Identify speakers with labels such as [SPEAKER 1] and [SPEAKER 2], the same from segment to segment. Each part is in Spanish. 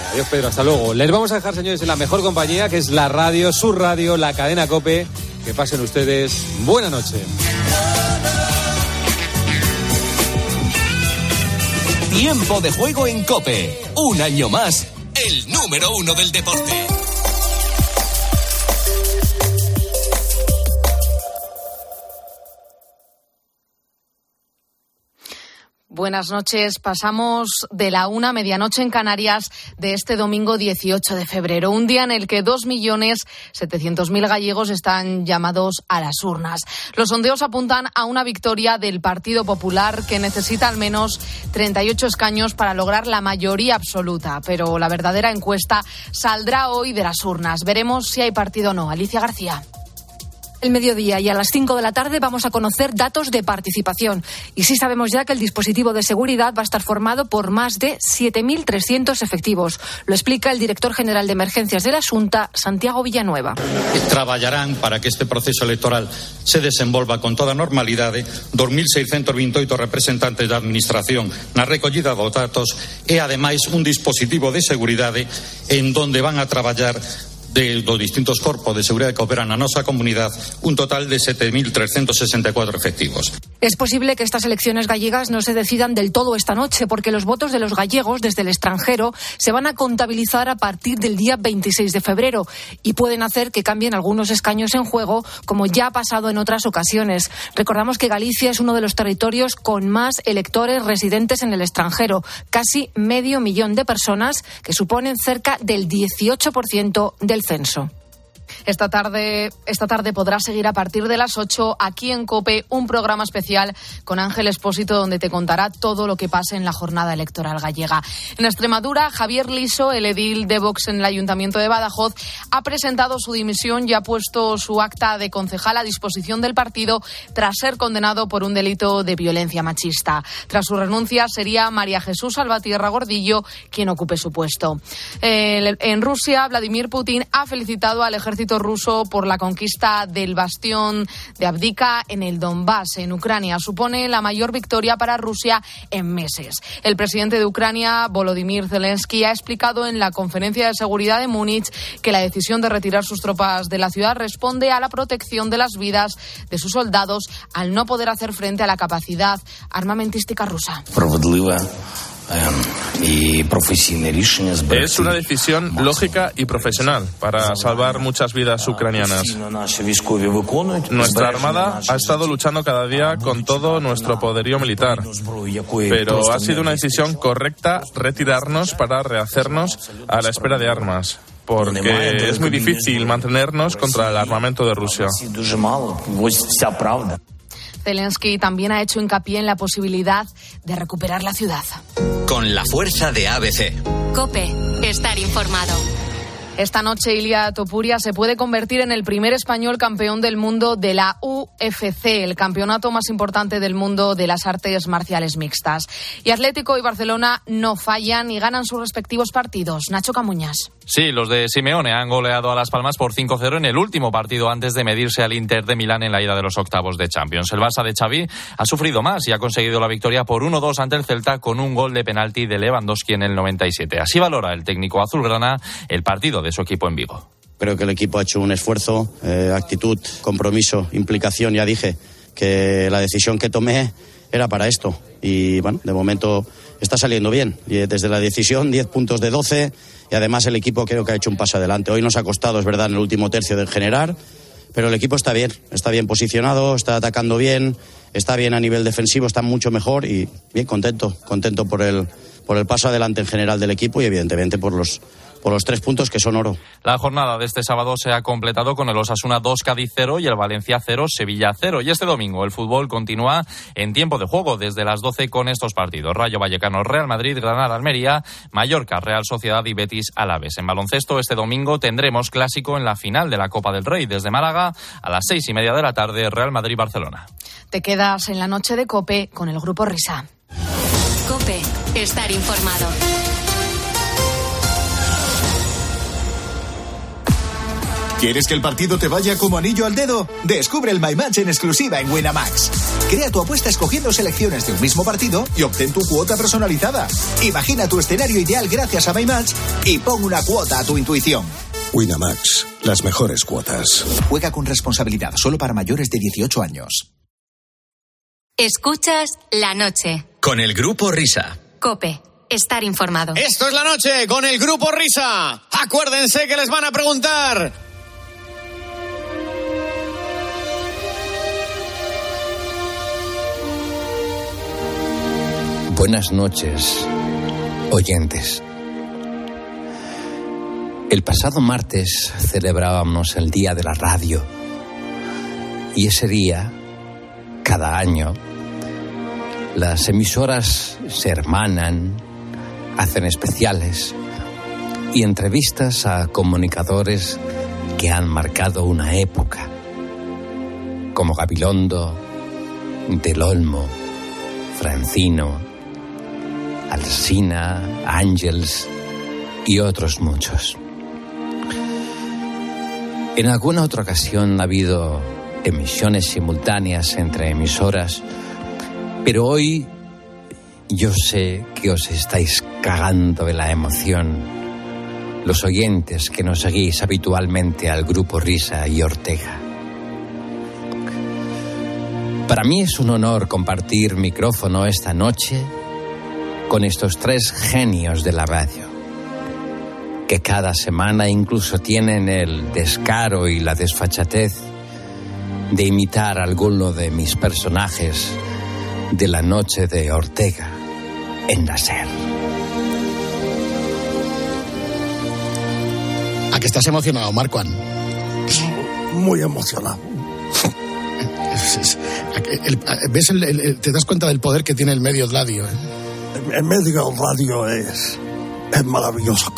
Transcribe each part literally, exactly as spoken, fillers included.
[SPEAKER 1] Adiós, Pedro, hasta luego. Les vamos a dejar, señores, en la mejor compañía, que es la radio, su radio, la cadena COPE. Que pasen ustedes buena noche.
[SPEAKER 2] Tiempo de juego en COPE. Un año más, el número uno del deporte.
[SPEAKER 3] Buenas noches. Pasamos de la una, medianoche en Canarias, de este domingo dieciocho de febrero. Un día en el que dos millones setecientos mil gallegos están llamados a las urnas. Los sondeos apuntan a una victoria del Partido Popular, que necesita al menos treinta y ocho escaños para lograr la mayoría absoluta. Pero la verdadera encuesta saldrá hoy de las urnas. Veremos si hay partido o no. Alicia García.
[SPEAKER 4] El mediodía y a las cinco de la tarde vamos a conocer datos de participación. Y sí sabemos ya que el dispositivo de seguridad va a estar formado por más de siete mil trescientos efectivos. Lo explica el director general de emergencias de la Xunta, Santiago Villanueva.
[SPEAKER 5] Traballarán para que este proceso electoral se desenvolva con toda normalidade dos mil seiscentos veintiocho representantes da administración na recollida dos datos e ademais un dispositivo de seguridade en donde van a traballar de los distintos corpos de seguridad que operan a nuestra comunidad, un total de siete mil trescientos sesenta y cuatro efectivos.
[SPEAKER 4] Es posible que estas elecciones gallegas no se decidan del todo esta noche, porque los votos de los gallegos desde el extranjero se van a contabilizar a partir del día veintiséis de febrero y pueden hacer que cambien algunos escaños en juego, como ya ha pasado en otras ocasiones. Recordamos que Galicia es uno de los territorios con más electores residentes en el extranjero, casi medio millón de personas, que suponen cerca del dieciocho por ciento del censo.
[SPEAKER 3] Esta tarde, esta tarde podrás seguir a partir de las ocho aquí en COPE un programa especial con Ángel Expósito, donde te contará todo lo que pase en la jornada electoral gallega. En Extremadura, Javier Liso, el edil de Vox en el Ayuntamiento de Badajoz, ha presentado su dimisión y ha puesto su acta de concejal a disposición del partido tras ser condenado por un delito de violencia machista. Tras su renuncia sería María Jesús Salvatierra Gordillo quien ocupe su puesto. En Rusia, Vladimir Putin ha felicitado al ejército ruso por la conquista del bastión de Avdiivka en el Donbass, en Ucrania. Supone la mayor victoria para Rusia en meses. El presidente de Ucrania, Volodymyr Zelensky, ha explicado en la conferencia de seguridad de Múnich que la decisión de retirar sus tropas de la ciudad responde a la protección de las vidas de sus soldados al no poder hacer frente a la capacidad armamentística rusa.
[SPEAKER 6] Es una decisión lógica y profesional para salvar muchas vidas ucranianas. Nuestra armada ha estado luchando cada día con todo nuestro poderío militar, pero ha sido una decisión correcta retirarnos para rehacernos a la espera de armas, porque es muy difícil mantenernos contra el armamento de Rusia.
[SPEAKER 3] Zelensky también ha hecho hincapié en la posibilidad de recuperar la ciudad.
[SPEAKER 2] Con la fuerza de A B C.
[SPEAKER 7] COPE, estar informado.
[SPEAKER 3] Esta noche Ilia Topuria se puede convertir en el primer español campeón del mundo de la U F C, el campeonato más importante del mundo de las artes marciales mixtas. Y Atlético y Barcelona no fallan y ganan sus respectivos partidos. Nacho Camuñas.
[SPEAKER 8] Sí, los de Simeone han goleado a Las Palmas por cinco cero en el último partido antes de medirse al Inter de Milán en la ida de los octavos de Champions. El Barça de Xavi ha sufrido más y ha conseguido la victoria por uno dos ante el Celta con un gol de penalti de Lewandowski en el noventa y siete. Así valora el técnico azulgrana el partido de su equipo en Vigo.
[SPEAKER 9] Creo que el equipo ha hecho un esfuerzo, eh, actitud, compromiso, implicación. Ya dije que la decisión que tomé era para esto y bueno, de momento está saliendo bien. Y desde la decisión, diez puntos de doce y además el equipo creo que ha hecho un paso adelante. Hoy nos ha costado, es verdad, en el último tercio de generar, pero el equipo está bien, está bien posicionado, está atacando bien, está bien a nivel defensivo, está mucho mejor y bien contento, contento por el, por el paso adelante en general del equipo y evidentemente por los por los tres puntos que son oro.
[SPEAKER 8] La jornada de este sábado se ha completado con el Osasuna dos, Cádiz cero y el Valencia cero, Sevilla cero. Y este domingo el fútbol continúa en tiempo de juego desde las doce con estos partidos: Rayo Vallecano, Real Madrid, Granada, Almería, Mallorca, Real Sociedad y Betis Alavés. En baloncesto este domingo tendremos clásico en la final de la Copa del Rey desde Málaga a las seis y media de la tarde, Real Madrid-Barcelona.
[SPEAKER 3] Te quedas en la noche de COPE con el Grupo Risa.
[SPEAKER 7] COPE, estar informado.
[SPEAKER 10] ¿Quieres que el partido te vaya como anillo al dedo? Descubre el My Match en exclusiva en Winamax. Crea tu apuesta escogiendo selecciones de un mismo partido y obtén tu cuota personalizada. Imagina tu escenario ideal gracias a My Match y pon una cuota a tu intuición.
[SPEAKER 11] Winamax, las mejores cuotas.
[SPEAKER 10] Juega con responsabilidad, solo para mayores de dieciocho años.
[SPEAKER 7] Escuchas La Noche.
[SPEAKER 2] Con el Grupo Risa.
[SPEAKER 7] COPE. Estar informado.
[SPEAKER 1] Esto es La Noche con el Grupo Risa. Acuérdense que les van a preguntar.
[SPEAKER 12] Buenas noches, oyentes. El pasado martes celebrábamos el Día de la Radio. Y ese día, cada año, las emisoras se hermanan, hacen especiales y entrevistas a comunicadores que han marcado una época, como Gabilondo, Del Olmo, Francino, Alsina, Ángels y otros muchos. En alguna otra ocasión ha habido emisiones simultáneas entre emisoras, pero hoy yo sé que os estáis cagando de la emoción, los oyentes que nos seguís habitualmente al Grupo Risa y Ortega. Para mí es un honor compartir micrófono esta noche con estos tres genios de la radio, que cada semana incluso tienen el descaro y la desfachatez de imitar a alguno de mis personajes de La Noche de Ortega en la SER.
[SPEAKER 13] ¿A que estás emocionado, Marcuan?
[SPEAKER 14] Muy emocionado.
[SPEAKER 13] ¿Ves el, el, el, te das cuenta del poder que tiene el medio radio? ¿eh?
[SPEAKER 14] El, el medio radio es, es maravilloso.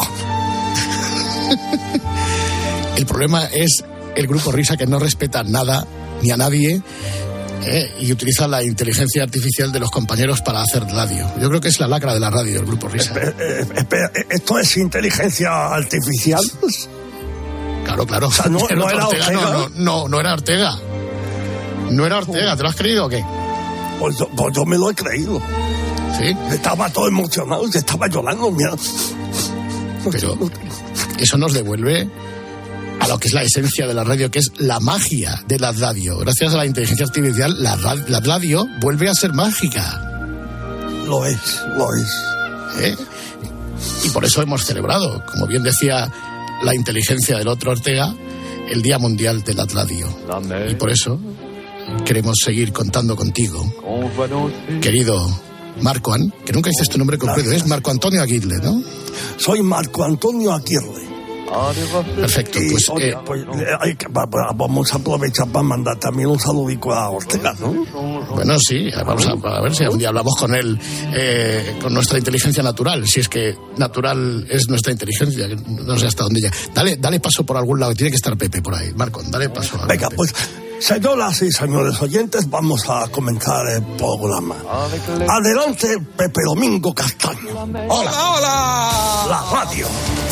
[SPEAKER 13] El problema es el Grupo Risa, que no respeta nada ni a nadie, eh, y utiliza la inteligencia artificial de los compañeros para hacer radio. Yo creo que es la lacra de la radio, el Grupo Risa.
[SPEAKER 14] Espera, espera, ¿esto es inteligencia artificial?
[SPEAKER 13] Claro, claro.
[SPEAKER 14] O sea, no, no era
[SPEAKER 13] Ortega,
[SPEAKER 14] Ortega.
[SPEAKER 13] No, no, no, no era Ortega. No era Ortega, ¿te lo has creído o qué?
[SPEAKER 14] Pues yo, pues yo me lo he creído.
[SPEAKER 13] ¿Sí?
[SPEAKER 14] Estaba todo emocionado, estaba llorando, mira.
[SPEAKER 13] Pero eso nos devuelve a lo que es la esencia de la radio, que es la magia de la radio. Gracias a la inteligencia artificial, la, la radio vuelve a ser mágica.
[SPEAKER 14] Lo es, lo es.
[SPEAKER 13] ¿Eh? Y por eso hemos celebrado, como bien decía la inteligencia del otro Ortega, el Día Mundial de la Radio. Y por eso queremos seguir contando contigo, querido Marcuan, que nunca dices tu nombre completo, es Marco Antonio Aguirre, ¿no?
[SPEAKER 14] Soy Marco Antonio Aguirre.
[SPEAKER 13] Perfecto, pues,
[SPEAKER 14] y, oye,
[SPEAKER 13] eh,
[SPEAKER 14] pues eh, hay que, va, va, vamos a aprovechar para mandar también un saludico a Ortega, ¿no?
[SPEAKER 13] Bueno, sí, vamos a, a ver si algún día hablamos con él, eh, con nuestra inteligencia natural, si es que natural es nuestra inteligencia, que no sé hasta dónde ya. Dale, dale paso por algún lado, tiene que estar Pepe por ahí. Marco, dale paso. A
[SPEAKER 14] Venga,
[SPEAKER 13] Pepe.
[SPEAKER 14] pues, señoras y señores oyentes, vamos a comenzar el programa. Adelante, Pepe Domingo Castaño.
[SPEAKER 1] ¡Hola, hola!
[SPEAKER 14] La radio.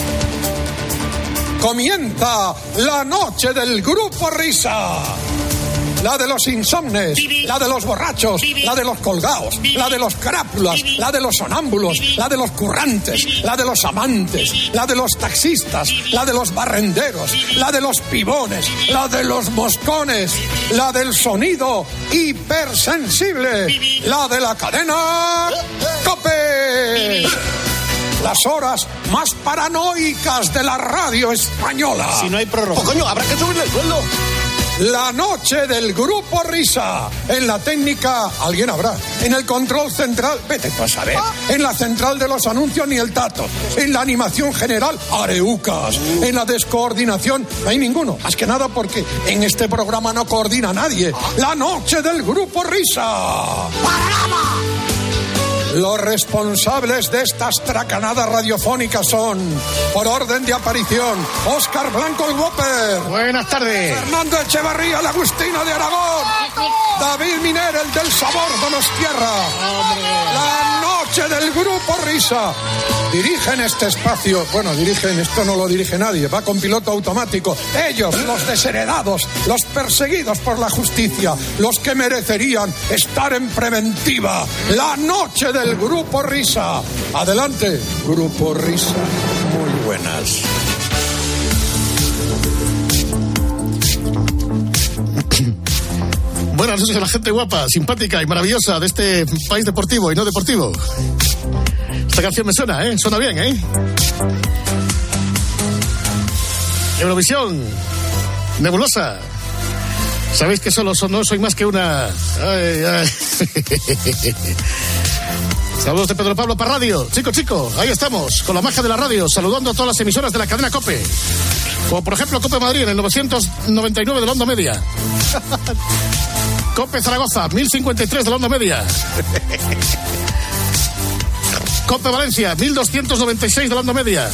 [SPEAKER 15] Comienza la noche del Grupo Risa. La de los insomnes, la de los borrachos, la de los colgados, la de los crápulas, la de los sonámbulos, la de los currantes, la de los amantes, la de los taxistas, la de los barrenderos, la de los pibones, la de los moscones, la del sonido hipersensible, la de la cadena COPE. Las horas más paranoicas de la radio española.
[SPEAKER 1] Si no hay prórroga.
[SPEAKER 14] ¡Oh, coño, habrá que subirle el sueldo!
[SPEAKER 15] La noche del Grupo Risa. En la técnica, alguien habrá. En el control central, vete tú a saber. En la central de los anuncios, ni el tato. En la animación general, areucas. En la descoordinación, no hay ninguno. Más que nada porque en este programa no coordina nadie. La noche del Grupo Risa. ¡Panorama! Los responsables de estas tracanadas radiofónicas son, por orden de aparición, Óscar Blanco el Whopper.
[SPEAKER 13] Buenas tardes.
[SPEAKER 15] Fernando Echevarría, el Agustino de Aragón. David Miner, el del sabor de los tierra. La noche del Grupo Risa. Dirigen este espacio, bueno, dirigen, esto no lo dirige nadie, va con piloto automático. Ellos, los desheredados, los perseguidos por la justicia, los que merecerían estar en preventiva. La noche del Grupo Risa. Adelante, Grupo Risa. Muy buenas.
[SPEAKER 13] Buenas noches a la gente guapa, simpática y maravillosa de este país deportivo y no deportivo. Esta canción me suena, ¿eh? Suena bien, ¿eh? Eurovisión, nebulosa. Sabéis que solo son, no soy más que una... Ay, ay. Saludos de Pedro Pablo para Radio. Chico, chico, ahí estamos, con la magia de la radio, saludando a todas las emisoras de la cadena COPE. Como por ejemplo COPE Madrid en el novecientos noventa y nueve de la onda media. COPE Zaragoza, mil cincuenta y tres de la onda media. COPE Valencia, mil doscientos noventa y seis de la onda media.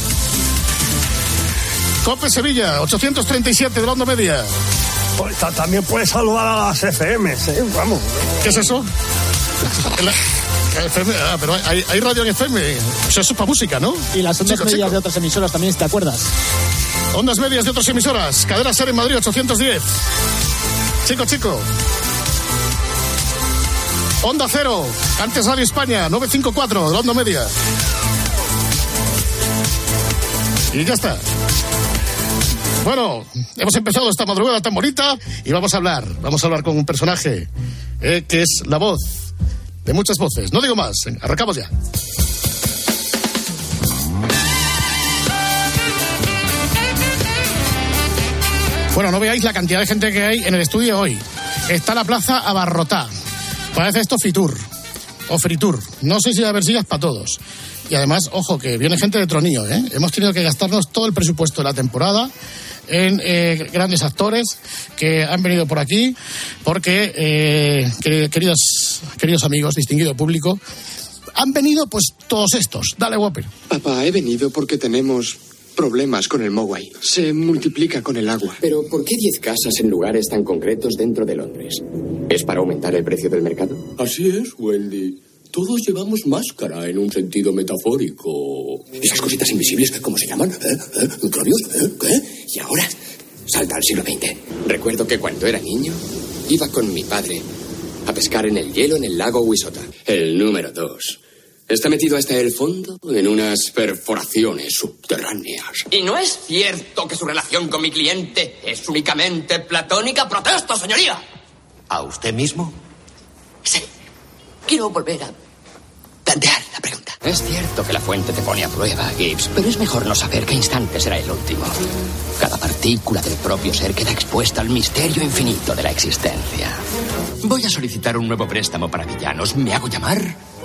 [SPEAKER 13] COPE Sevilla, ochocientos treinta y siete de la onda media.
[SPEAKER 14] Pues, también puedes saludar a las F Ms, ¿eh? Vamos.
[SPEAKER 13] ¿Qué es eso? La... F M, ah, pero hay, hay radio en F M. O sea, eso es para música, ¿no?
[SPEAKER 16] Y las ondas
[SPEAKER 13] chico,
[SPEAKER 16] medias
[SPEAKER 13] chico.
[SPEAKER 16] de otras emisoras también, ¿te acuerdas?
[SPEAKER 13] Ondas medias de otras emisoras. Cadena Ser en Madrid, ochocientos diez. Chico, chico. Onda Cero. Antes Radio España, novecientos cincuenta y cuatro, de la onda media. Y ya está. Bueno, hemos empezado esta madrugada tan bonita y vamos a hablar. Vamos a hablar con un personaje eh, que es la voz de muchas voces. No digo más, arrancamos ya. Bueno, no veáis la cantidad de gente que hay en el estudio hoy. Está la plaza abarrotada. Parece esto Fitur o Fritur. No sé si va a haber sillas para todos. Y además, ojo, que viene gente de tronillo, ¿eh? Hemos tenido que gastarnos todo el presupuesto de la temporada en eh, grandes actores que han venido por aquí porque, eh, queridos, queridos amigos, distinguido público, han venido pues todos estos. Dale, Whopper.
[SPEAKER 17] Papá, he venido porque tenemos problemas con el Mowai. Se multiplica con el agua.
[SPEAKER 18] Pero ¿por qué diez casas en lugares tan concretos dentro de Londres? ¿Es para aumentar el precio del mercado?
[SPEAKER 19] Así es, Wendy. Todos llevamos máscara en un sentido metafórico.
[SPEAKER 18] Esas cositas invisibles, ¿cómo se llaman? ¿Eh? ¿Eh? ¿Microbios? ¿Eh? ¿Qué? Y ahora, salta al siglo veinte.
[SPEAKER 17] Recuerdo que cuando era niño, iba con mi padre a pescar en el hielo en el lago Wissota. El número dos está metido hasta el fondo en unas perforaciones subterráneas.
[SPEAKER 20] Y no es cierto que su relación con mi cliente es únicamente platónica. ¡Protesto, señoría!
[SPEAKER 21] ¿A usted mismo?
[SPEAKER 20] Sí. Quiero volver a plantear la pregunta.
[SPEAKER 17] Es cierto que la fuente te pone a prueba, Gibbs, pero es mejor no saber qué instante será el último. Cada partícula del propio ser queda expuesta al misterio infinito de la existencia. Voy a solicitar un nuevo préstamo para villanos. Me hago llamar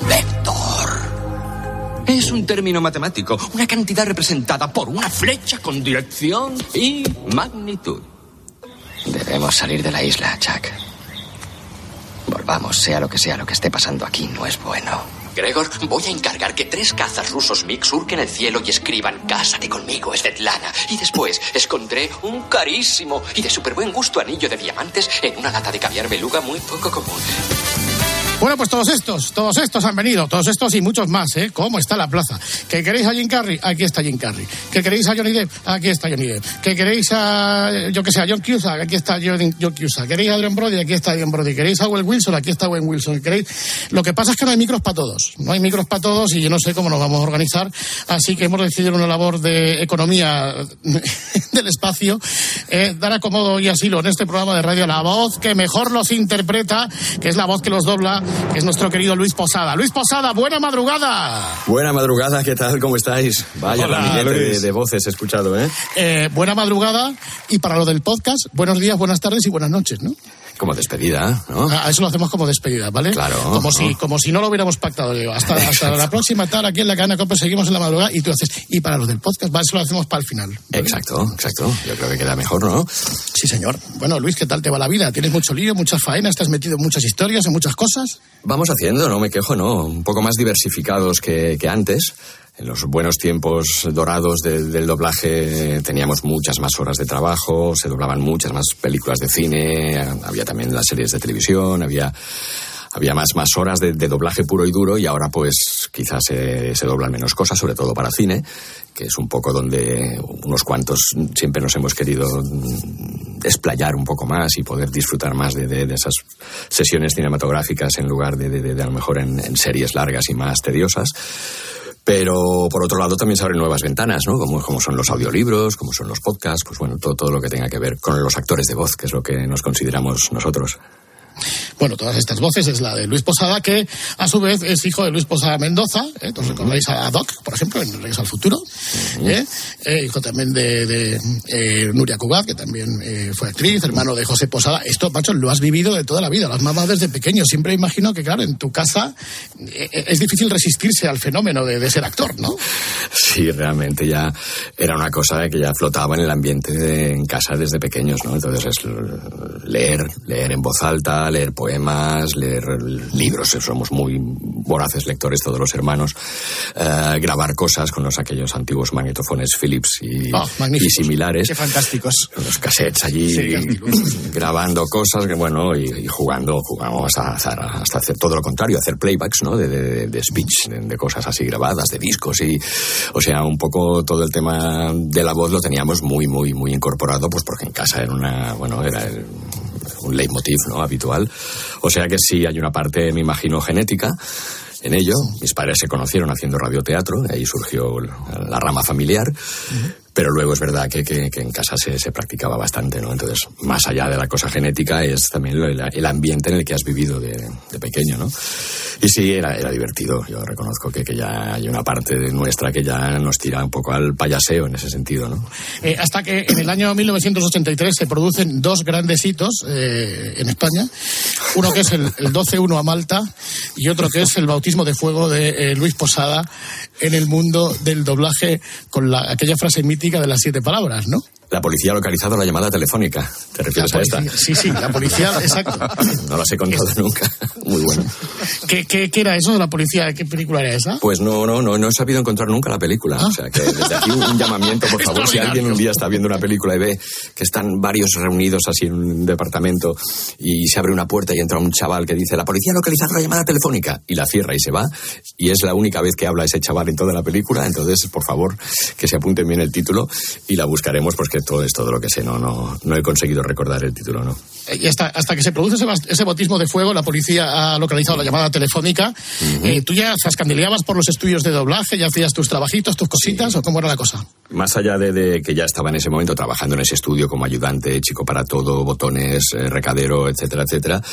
[SPEAKER 17] Vector. Es un término matemático, una cantidad representada por una flecha con dirección y magnitud. Debemos salir de la isla, Chuck. Volvamos, sea lo que sea lo que esté pasando aquí, no es bueno. Gregor, voy a encargar que tres cazas rusos MiG surquen el cielo y escriban «Cásate conmigo, Svetlana». Y después esconderé un carísimo y de súper buen gusto anillo de diamantes en una lata de caviar beluga muy poco común.
[SPEAKER 13] Bueno, pues todos estos, todos estos han venido, todos estos y muchos más, ¿eh? ¿Cómo está la plaza? ¿Que queréis a Jim Carrey? Aquí está Jim Carrey. ¿Que queréis a Johnny Depp? Aquí está Johnny Depp. ¿Que queréis a, yo que sé, a John Cusack? Aquí está John, John Cusack. ¿Queréis a Adrian Brody? Aquí está Adrian Brody. ¿Queréis a Owen Wilson? Aquí está Owen Wilson. ¿Queréis? Lo que pasa es que no hay micros para todos. No hay micros para todos y yo no sé cómo nos vamos a organizar. Así que hemos decidido una labor de economía del espacio, eh, dar acomodo y asilo en este programa de radio a la voz que mejor los interpreta, que es la voz que los dobla, que es nuestro querido Luis Posada. Luis Posada, buena madrugada.
[SPEAKER 22] Buena madrugada, ¿qué tal? ¿Cómo estáis? Vaya ramillete de, de voces he escuchado, ¿eh?
[SPEAKER 13] ¿eh? Buena madrugada y para lo del podcast, buenos días, buenas tardes y buenas noches, ¿no?
[SPEAKER 22] Como despedida, ¿no?
[SPEAKER 13] A eso lo hacemos como despedida, ¿vale?
[SPEAKER 22] Claro.
[SPEAKER 13] Como,
[SPEAKER 22] ¿no?
[SPEAKER 13] si, como si no lo hubiéramos pactado. Digo, hasta hasta la próxima tarde aquí en la cadena COPE seguimos en la madrugada y tú haces. Y para los del podcast, ¿vale? Eso lo hacemos para el final, ¿vale?
[SPEAKER 22] Exacto, exacto. Yo creo que queda mejor, ¿no?
[SPEAKER 13] Sí, señor. Bueno, Luis, ¿qué tal te va la vida? ¿Tienes mucho lío, muchas faenas? ¿Te has metido en muchas historias, en muchas cosas?
[SPEAKER 22] Vamos haciendo, no me quejo, ¿no? Un poco más diversificados que, que antes. En los buenos tiempos dorados de, del doblaje teníamos muchas más horas de trabajo, se doblaban muchas más películas de cine, había también las series de televisión, había, había más, más horas de, de doblaje puro y duro, y ahora pues quizás se, se doblan menos cosas, sobre todo para cine, que es un poco donde unos cuantos siempre nos hemos querido desplayar un poco más y poder disfrutar más de, de, de esas sesiones cinematográficas en lugar de, de, de, de a lo mejor en, en series largas y más tediosas. Pero, por otro lado, también se abren nuevas ventanas, ¿no? Como, como son los audiolibros, como son los podcasts, pues bueno, todo, todo lo que tenga que ver con los actores de voz, que es lo que nos consideramos nosotros.
[SPEAKER 13] Bueno, todas estas voces es la de Luis Posada, que a su vez es hijo de Luis Posada Mendoza, ¿eh? Entonces recordáis a Doc, por ejemplo, en Regreso al Futuro, ¿eh? Eh, hijo también de, de eh, Nuria Cugat, que también eh, fue actriz, hermano de José Posada. Esto, macho, lo has vivido de toda la vida, lo has mamado desde pequeño. Siempre imagino que, claro, en tu casa eh, es difícil resistirse al fenómeno de, de ser actor, ¿no?
[SPEAKER 22] Sí, realmente ya era una cosa que ya flotaba en el ambiente de, en casa desde pequeños, ¿no? Entonces es leer, leer en voz alta, leer poemas, leer libros, somos muy voraces lectores todos los hermanos, uh, grabar cosas con los aquellos antiguos magnetofones Philips y,
[SPEAKER 13] oh,
[SPEAKER 22] y similares.
[SPEAKER 13] Qué fantásticos.
[SPEAKER 22] Los cassettes allí, sí, grabando cosas, que bueno, y, y jugando, jugamos a, a, hasta hacer todo lo contrario, hacer playbacks, ¿no? De, de, de speech, de, de cosas así grabadas, de discos, y o sea, un poco todo el tema de la voz lo teníamos muy, muy, muy incorporado, pues porque en casa era una, bueno, era el, un leitmotiv, ¿no? Habitual. O sea que sí hay una parte, me imagino, genética en ello. Mis padres se conocieron haciendo radioteatro, ahí surgió la rama familiar. Uh-huh. Pero luego es verdad que, que, que en casa se, se practicaba bastante, ¿no? Entonces, más allá de la cosa genética, es también el, el ambiente en el que has vivido de, de pequeño, ¿no? Y sí, era, era divertido. Yo reconozco que, que ya hay una parte de nuestra que ya nos tira un poco al payaseo en ese sentido, ¿no?
[SPEAKER 13] Eh, hasta que en el año mil novecientos ochenta y tres se producen dos grandes hitos eh, en España. Uno que es el, el doce uno a Malta y otro que es el bautismo de fuego de eh, Luis Posada en el mundo del doblaje con la, aquella frase mítica de las siete palabras, ¿no?
[SPEAKER 22] La policía ha localizado la llamada telefónica. ¿Te refieres
[SPEAKER 13] policía,
[SPEAKER 22] a esta?
[SPEAKER 13] Sí, sí, la policía, exacto.
[SPEAKER 22] No las he contado es... nunca. Muy bueno.
[SPEAKER 13] ¿Qué, qué, ¿Qué era eso de la policía? ¿Qué película era esa?
[SPEAKER 22] Pues no, no, no, no he sabido encontrar nunca la película. ¿Ah? O sea, que desde aquí un, un llamamiento, por favor, si alguien un día está viendo una película y ve que están varios reunidos así en un departamento y se abre una puerta y entra un chaval que dice, la policía ha localizado la llamada telefónica, y la cierra y se va, y es la única vez que habla ese chaval en toda la película, entonces, por favor, que se apunten bien el título y la buscaremos, porque todo es todo lo que sé. No, no, no he conseguido recordar el título, ¿no?
[SPEAKER 13] Y hasta, hasta que se produce ese, ese bautismo de fuego, la policía ha localizado la llamada telefónica. Uh-huh. Eh, ¿Tú ya zascandileabas por los estudios de doblaje? ¿Ya hacías tus trabajitos, tus cositas? Sí. ¿O cómo era la cosa?
[SPEAKER 22] Más allá de, de que ya estaba en ese momento trabajando en ese estudio como ayudante, chico para todo, botones, eh, recadero, etcétera, etcétera,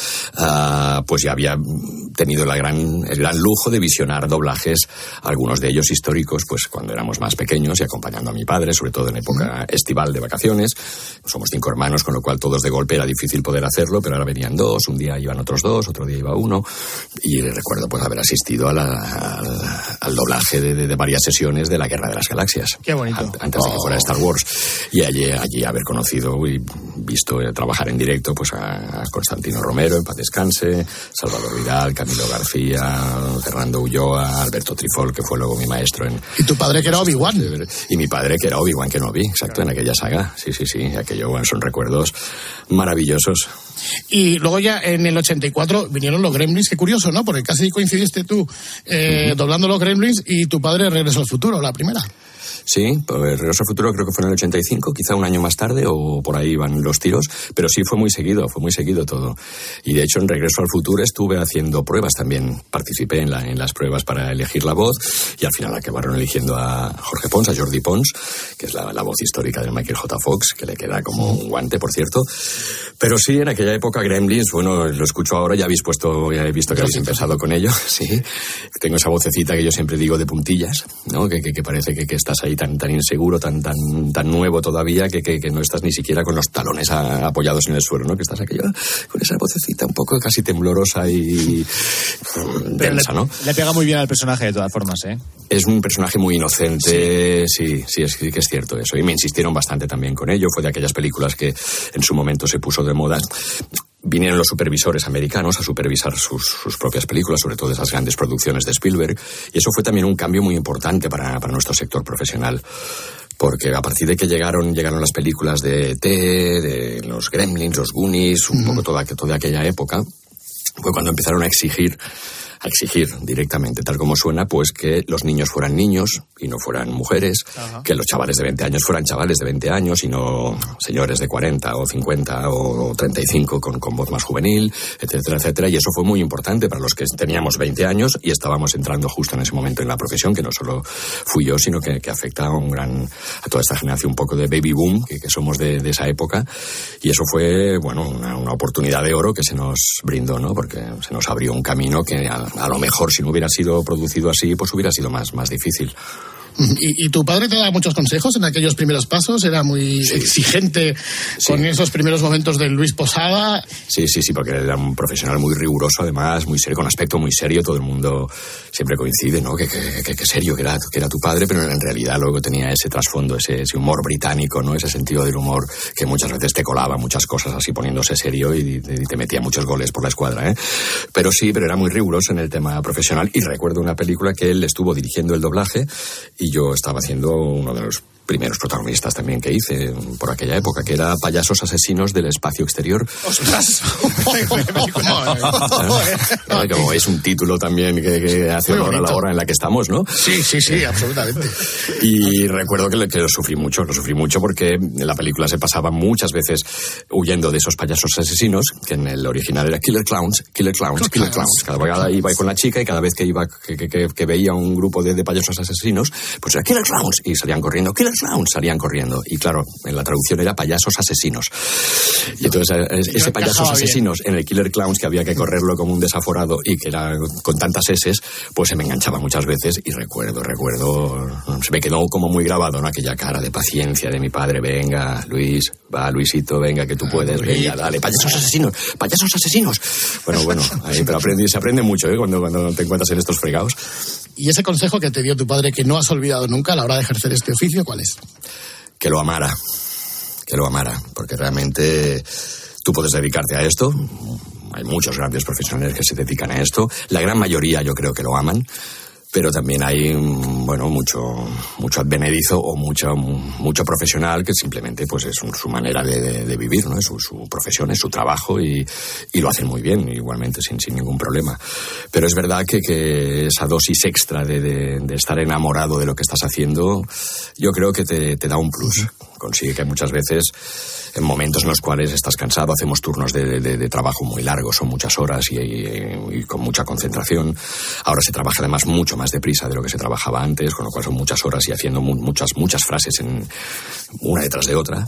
[SPEAKER 22] uh, pues ya había tenido la gran, el gran lujo de visionar doblajes, algunos de ellos históricos, pues cuando éramos más pequeños y acompañando a mi padre, sobre todo en época uh-huh. estival de vacaciones. Somos cinco hermanos, con lo cual todos de golpe era difícil poder hacerlo, pero ahora venían dos, un día iban otros dos, otro día iba uno, y recuerdo pues haber asistido a la, al, al doblaje de, de, de varias sesiones de la Guerra de las Galaxias.
[SPEAKER 13] Qué bonito.
[SPEAKER 22] An, antes de que fuera Star Wars. Y allí, allí haber conocido y visto eh, trabajar en directo pues a, a Constantino Romero, en paz descanse, Salvador Vidal, Camilo García, Fernando Ulloa, Alberto Trifol, que fue luego mi maestro en...
[SPEAKER 13] Y tu padre que era Obi-Wan.
[SPEAKER 22] Y mi padre que era Obi-Wan Kenobi, exacto, en aquella saga. Sí, sí, sí, aquello bueno, son recuerdos maravillosos.
[SPEAKER 13] Y luego ya en el ochenta y cuatro vinieron los Gremlins, qué curioso, ¿no? Porque casi coincidiste tú eh, uh-huh. doblando los Gremlins y tu padre Regreso al Futuro, la primera.
[SPEAKER 22] Sí, pues Regreso al Futuro creo que fue en el ochenta y cinco, quizá un año más tarde, o por ahí van los tiros, pero sí fue muy seguido, fue muy seguido todo. Y de hecho en Regreso al Futuro estuve haciendo pruebas también, participé en, la, en las pruebas para elegir la voz, y al final acabaron eligiendo a Jorge Pons, a Jordi Pons, que es la, la voz histórica de Michael J. Fox, que le queda como un guante, por cierto. Pero sí, en aquella época Gremlins, bueno, lo escucho ahora, ya habéis puesto, ya he visto que habéis empezado con ello, sí. Tengo esa vocecita que yo siempre digo de puntillas, ¿no? Que, que, que parece que, que estás ahí tan, tan inseguro, tan, tan, tan nuevo todavía, que, que, que no estás ni siquiera con los talones a, apoyados en el suelo, ¿no? Que estás aquello con esa vocecita un poco casi temblorosa y densa, ¿no?
[SPEAKER 5] Le pega muy bien al personaje de todas formas, ¿eh?
[SPEAKER 22] Es un personaje muy inocente, sí, sí, sí es, sí que es cierto eso. Y me insistieron bastante también con ello. Fue de aquellas películas que en su momento se puso de moda. Vinieron los supervisores americanos a supervisar sus, sus propias películas, sobre todo esas grandes producciones de Spielberg, y eso fue también un cambio muy importante para, para nuestro sector profesional. Porque a partir de que llegaron llegaron las películas de E T, de los Gremlins, los Goonies, un uh-huh. poco toda, toda aquella época, fue cuando empezaron a exigir a exigir directamente, tal como suena, pues que los niños fueran niños y no fueran mujeres, Ajá. que los chavales de veinte años fueran chavales de veinte años y no señores de cuarenta o cincuenta o treinta y cinco con, con voz más juvenil, etcétera, etcétera. Y eso fue muy importante para los que teníamos veinte años y estábamos entrando justo en ese momento en la profesión, que no solo fui yo, sino que, que afecta a un gran, a toda esta generación un poco de baby boom, que, que somos de, de esa época. Y eso fue, bueno, una, una oportunidad de oro que se nos brindó, ¿no? Porque se nos abrió un camino que a, a lo mejor si no hubiera sido producido así, pues hubiera sido más, más difícil.
[SPEAKER 13] ¿Y, ¿Y tu padre te daba muchos consejos en aquellos primeros pasos? ¿Era muy sí. exigente sí. con esos primeros momentos de Luis Posada?
[SPEAKER 22] Sí, sí, sí, porque era un profesional muy riguroso, además, muy serio, con aspecto muy serio. Todo el mundo siempre coincide, ¿no? Que, que, que, que serio que era, que era tu padre, pero en realidad luego tenía ese trasfondo, ese, ese humor británico, ¿no? Ese sentido del humor que muchas veces te colaba muchas cosas así poniéndose serio y, y te metía muchos goles por la escuadra, ¿eh? Pero sí, pero era muy riguroso en el tema profesional. Y recuerdo una película que él estuvo dirigiendo el doblaje y yo estaba haciendo uno de los primeros protagonistas también que hice por aquella época, que era Payasos Asesinos del Espacio Exterior.
[SPEAKER 13] ¡Ostras!
[SPEAKER 22] Como es un título también que, que hace honor a la hora en la que estamos, ¿no?
[SPEAKER 13] Sí, sí, sí, absolutamente.
[SPEAKER 22] Y recuerdo que, que lo sufrí mucho, lo sufrí mucho porque la película se pasaba muchas veces huyendo de esos payasos asesinos, que en el original era Killer Clowns, Killer Clowns, Killer Clowns. Cada vez iba con la chica y cada vez que iba que, que, que veía un grupo de, de payasos asesinos, pues era Killer Clowns y salían corriendo, Killer Clowns, salían corriendo. Y claro, en la traducción era payasos asesinos. Y entonces ese payasos asesinos en el Killer Clowns, que había que correrlo como un desaforado y que era con tantas eses, pues se me enganchaba muchas veces. Y recuerdo, recuerdo, se me quedó como muy grabado, ¿no? Aquella cara de paciencia de mi padre. Venga, Luis, va, Luisito, venga, que tú puedes, venga, dale, payasos asesinos, payasos asesinos. Bueno, bueno, ahí, pero aprendí, se aprende mucho, ¿eh? Cuando, cuando te encuentras en estos fregados.
[SPEAKER 13] ¿Y ese consejo que te dio tu padre que no has olvidado nunca a la hora de ejercer este oficio, cuál es?
[SPEAKER 22] Que lo amara, que lo amara, porque realmente tú puedes dedicarte a esto. Hay muchos grandes profesionales que se dedican a esto. La gran mayoría yo creo que lo aman. Pero también hay, bueno, mucho mucho advenedizo o mucho mucho profesional que simplemente pues es su manera de, de, de vivir, ¿no? Es su, su profesión, es su trabajo y, y lo hacen muy bien, igualmente, sin, sin ningún problema. Pero es verdad que, que esa dosis extra de, de, de estar enamorado de lo que estás haciendo, yo creo que te, te da un plus. Consigue que muchas veces, en momentos en los cuales estás cansado, hacemos turnos de, de, de trabajo muy largos, son muchas horas y, y, y con mucha concentración. Ahora se trabaja además mucho más deprisa de lo que se trabajaba antes, con lo cual son muchas horas y haciendo mu- muchas muchas frases en una detrás de otra,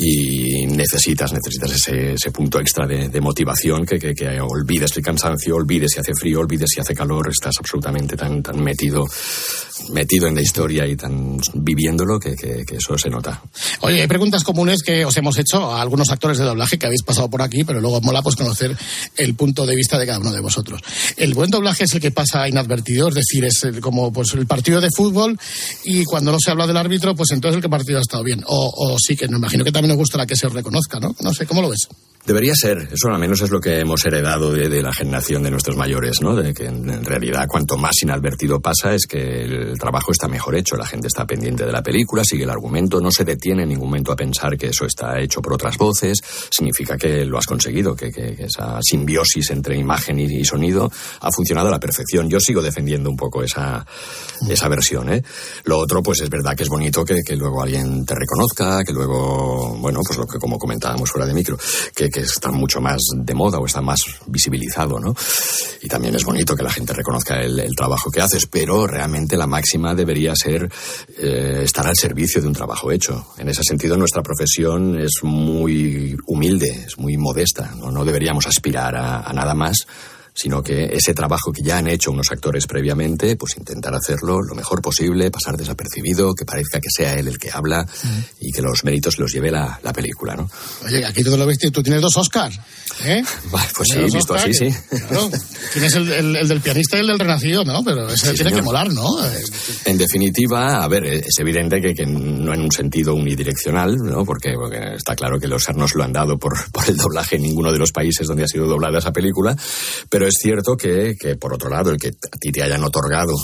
[SPEAKER 22] y necesitas necesitas ese, ese punto extra de, de motivación que, que, que olvides el cansancio, olvides si hace frío, olvides si hace calor, estás absolutamente tan tan metido metido en la historia y tan viviéndolo que, que, que eso se nota.
[SPEAKER 13] Oye, hay preguntas comunes que os hemos hecho a algunos actores de doblaje que habéis pasado por aquí, pero luego mola pues conocer el punto de vista de cada uno de vosotros. El buen doblaje es el que pasa inadvertido, es decir, es el, como pues el partido de fútbol, y cuando no se habla del árbitro, pues entonces el que partido ha estado bien. O, o sí, que me imagino que también os gustará que se os reconozca, ¿no? No sé, ¿cómo lo ves?
[SPEAKER 22] Debería ser, eso al menos es lo que hemos heredado de, de la generación de nuestros mayores, ¿no? De que en, en realidad cuanto más inadvertido pasa es que el trabajo está mejor hecho, la gente está pendiente de la película, sigue el argumento, no se detiene en ningún momento a pensar que eso está hecho por otras voces, significa que lo has conseguido, que, que, que esa simbiosis entre imagen y, y sonido ha funcionado a la perfección. Yo sigo defendiendo un poco esa, esa versión, ¿eh? Lo otro, pues es verdad que es bonito que, que luego alguien te reconozca, que luego, bueno, pues lo que como comentábamos fuera de micro, que, que está mucho más de moda o está más visibilizado, ¿no? Y también es bonito que la gente reconozca el, el trabajo que haces, pero realmente la máxima debería ser eh, estar al servicio de un trabajo hecho. En ese sentido, nuestra profesión es muy humilde, es muy modesta, no, no deberíamos aspirar a, a nada más, sino que ese trabajo que ya han hecho unos actores previamente, pues intentar hacerlo lo mejor posible, pasar desapercibido, que parezca que sea él el que habla uh-huh. y que los méritos los lleve la, la película, ¿no?
[SPEAKER 13] Oye, aquí todo lo ves, tú tienes dos Oscars, ¿eh?
[SPEAKER 22] Pues sí, visto así, sí.
[SPEAKER 13] Claro, tienes el, el, el del pianista y el del Renacido, ¿no? Pero ese sí, tiene señor. que molar, ¿no?
[SPEAKER 22] En definitiva, a ver, es evidente que, que no en un sentido unidireccional, ¿no? Porque, porque está claro que los Oscars nos lo han dado por, por el doblaje en ninguno de los países donde ha sido doblada esa película, pero es cierto que, que, por otro lado, el que a ti te hayan otorgado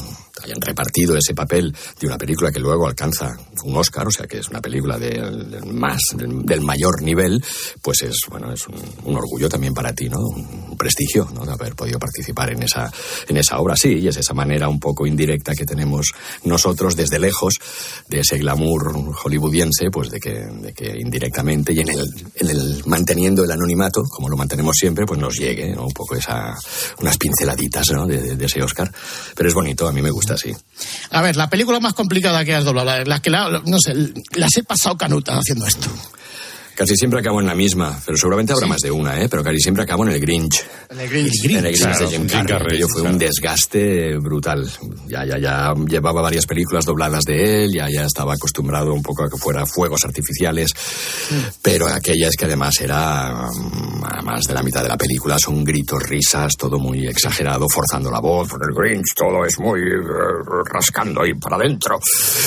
[SPEAKER 22] hayan repartido ese papel de una película que luego alcanza un Oscar, o sea que es una película del, del más del, del mayor nivel, pues es bueno es un, un orgullo también para ti, ¿no? Un prestigio, ¿no? De haber podido participar en esa en esa obra, sí, y es esa manera un poco indirecta que tenemos nosotros desde lejos de ese glamour hollywoodiense, pues de que, de que indirectamente y en el, en el manteniendo el anonimato, como lo mantenemos siempre, pues nos llegue, ¿no? Un poco esa unas pinceladitas, ¿no? de, de, de ese Oscar, pero es bonito, a mí me gusta, sí.
[SPEAKER 13] A ver, la película más complicada que has doblado, las la que la, no sé, las he pasado canutas haciendo esto.
[SPEAKER 22] Casi siempre acabo en la misma, pero seguramente habrá sí. más de una, ¿eh? Pero casi siempre acabo en el Grinch.
[SPEAKER 13] En el Grinch. El Grinch,
[SPEAKER 22] en el Grinch claro, de Jim Carrey. Carrey aquello fue claro. un desgaste brutal. Ya, ya, ya llevaba varias películas dobladas de él, ya, ya estaba acostumbrado un poco a que fuera fuegos artificiales, sí. pero aquella es que además era más de la mitad de la película, son gritos, risas, todo muy exagerado, forzando la voz. En el Grinch todo es muy uh, rascando ahí para adentro.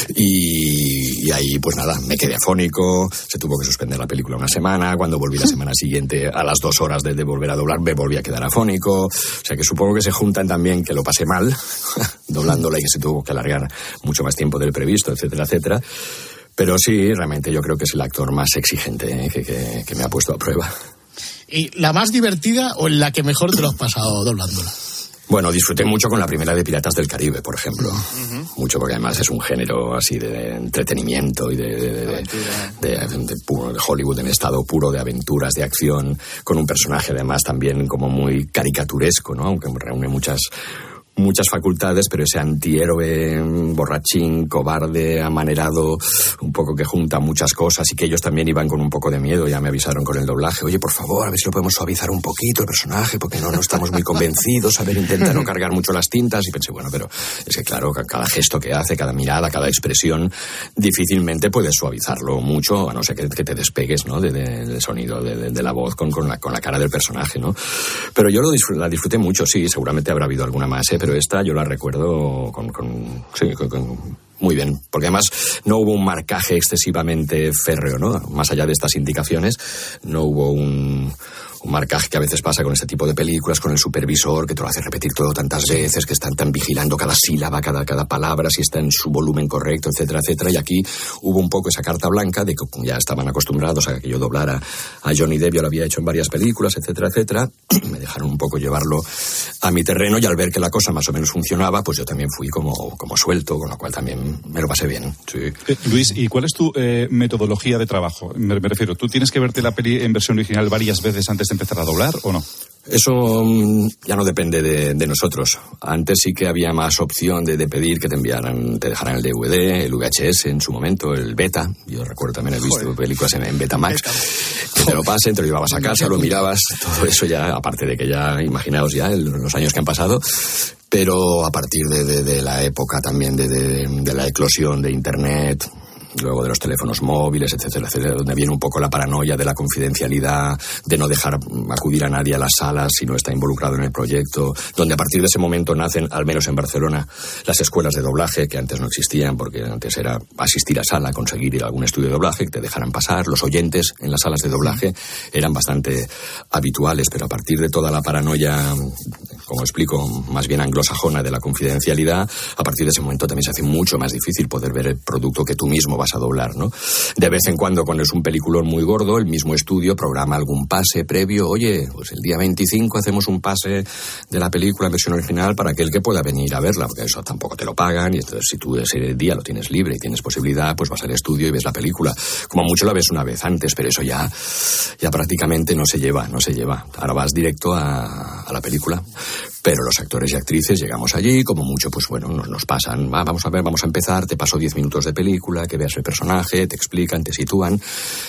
[SPEAKER 22] Y, y ahí, pues nada, me quedé afónico, se tuvo que suspender la película película una semana, cuando volví la semana siguiente a las dos horas de, de volver a doblar me volví a quedar afónico, o sea que supongo que se juntan también que lo pasé mal doblándola y que se tuvo que alargar mucho más tiempo del previsto, etcétera, etcétera, pero sí, realmente yo creo que es el actor más exigente ¿eh? que, que, que me ha puesto a prueba.
[SPEAKER 13] ¿Y la más divertida o en la que mejor te lo has pasado doblándola?
[SPEAKER 22] Bueno, disfruté mucho con la primera de Piratas del Caribe, por ejemplo. Uh-huh. Mucho, porque además es un género así de entretenimiento y de, de, de, de, de, de, puro, de Hollywood en estado puro de aventuras, de acción, con un personaje además también como muy caricaturesco, ¿no? Aunque reúne muchas... muchas facultades, pero ese antihéroe borrachín, cobarde, amanerado, un poco que junta muchas cosas y que ellos también iban con un poco de miedo, ya me avisaron con el doblaje, oye, por favor, a ver si lo podemos suavizar un poquito el personaje, porque no, no estamos muy convencidos, a ver, intenta no cargar mucho las tintas, y pensé, bueno, pero es que claro, cada gesto que hace, cada mirada, cada expresión, difícilmente puedes suavizarlo mucho, a no ser que, que te despegues, ¿no?, del de, de sonido de, de, de la voz con, con, la, con la cara del personaje, ¿no? Pero yo lo disfruté, la disfruté mucho, sí, seguramente habrá habido alguna más, ¿eh? Pero esta yo la recuerdo con, con, sí, con, con muy bien, porque además no hubo un marcaje excesivamente férreo, ¿no? Más allá de estas indicaciones, no hubo un, un marcaje que a veces pasa con este tipo de películas, con el supervisor que te lo hace repetir todo tantas veces, que están tan vigilando cada sílaba, cada, cada palabra, si está en su volumen correcto, etcétera, etcétera. Y aquí hubo un poco esa carta blanca de que ya estaban acostumbrados a que yo doblara a Johnny Depp, yo lo había hecho en varias películas, etcétera, etcétera. Me dejaron un poco llevarlo a mi terreno y al ver que la cosa más o menos funcionaba, pues yo también fui como, como suelto, con lo cual también me lo pasé bien. Sí.
[SPEAKER 4] Eh, Luis, ¿y cuál es tu eh, metodología de trabajo? Me, me refiero, ¿tú tienes que verte la peli en versión original varias veces antes de empezar a doblar o no?
[SPEAKER 22] Eso um, ya no depende de, de nosotros. Antes sí que había más opción de, de pedir que te enviaran, te dejaran el D V D, el V H S en su momento, el beta. Yo recuerdo también haber visto Joder. películas en, en Betamax. Que te lo pasen, te lo llevabas a casa, lo mirabas, todo eso ya, aparte de que ya, imaginaos ya el, los años que han pasado. Pero a partir de, de, de la época también de, de, de la eclosión de Internet, luego de los teléfonos móviles, etcétera, etcétera, donde viene un poco la paranoia de la confidencialidad, de no dejar acudir a nadie a las salas si no está involucrado en el proyecto, donde a partir de ese momento nacen, al menos en Barcelona, las escuelas de doblaje, que antes no existían, porque antes era asistir a sala, conseguir ir a algún estudio de doblaje, que te dejaran pasar. Los oyentes en las salas de doblaje eran bastante habituales, pero a partir de toda la paranoia, como explico, más bien anglosajona de la confidencialidad, a partir de ese momento también se hace mucho más difícil poder ver el producto que tú mismo vas a doblar, ¿no? De vez en cuando, cuando es un peliculón muy gordo, el mismo estudio programa algún pase previo. Oye, pues el día veinticinco hacemos un pase de la película en versión original para aquel que pueda venir a verla, porque eso tampoco te lo pagan, y entonces si tú ese día lo tienes libre y tienes posibilidad, pues vas al estudio y ves la película. Como mucho la ves una vez antes, pero eso ya, ya prácticamente no se lleva, no se lleva. Ahora vas directo a, a la película. Pero los actores y actrices llegamos allí, como mucho, pues bueno, nos, nos pasan, ah, vamos a ver, vamos a empezar, te paso diez minutos de película, que veas el personaje, te explican, te sitúan,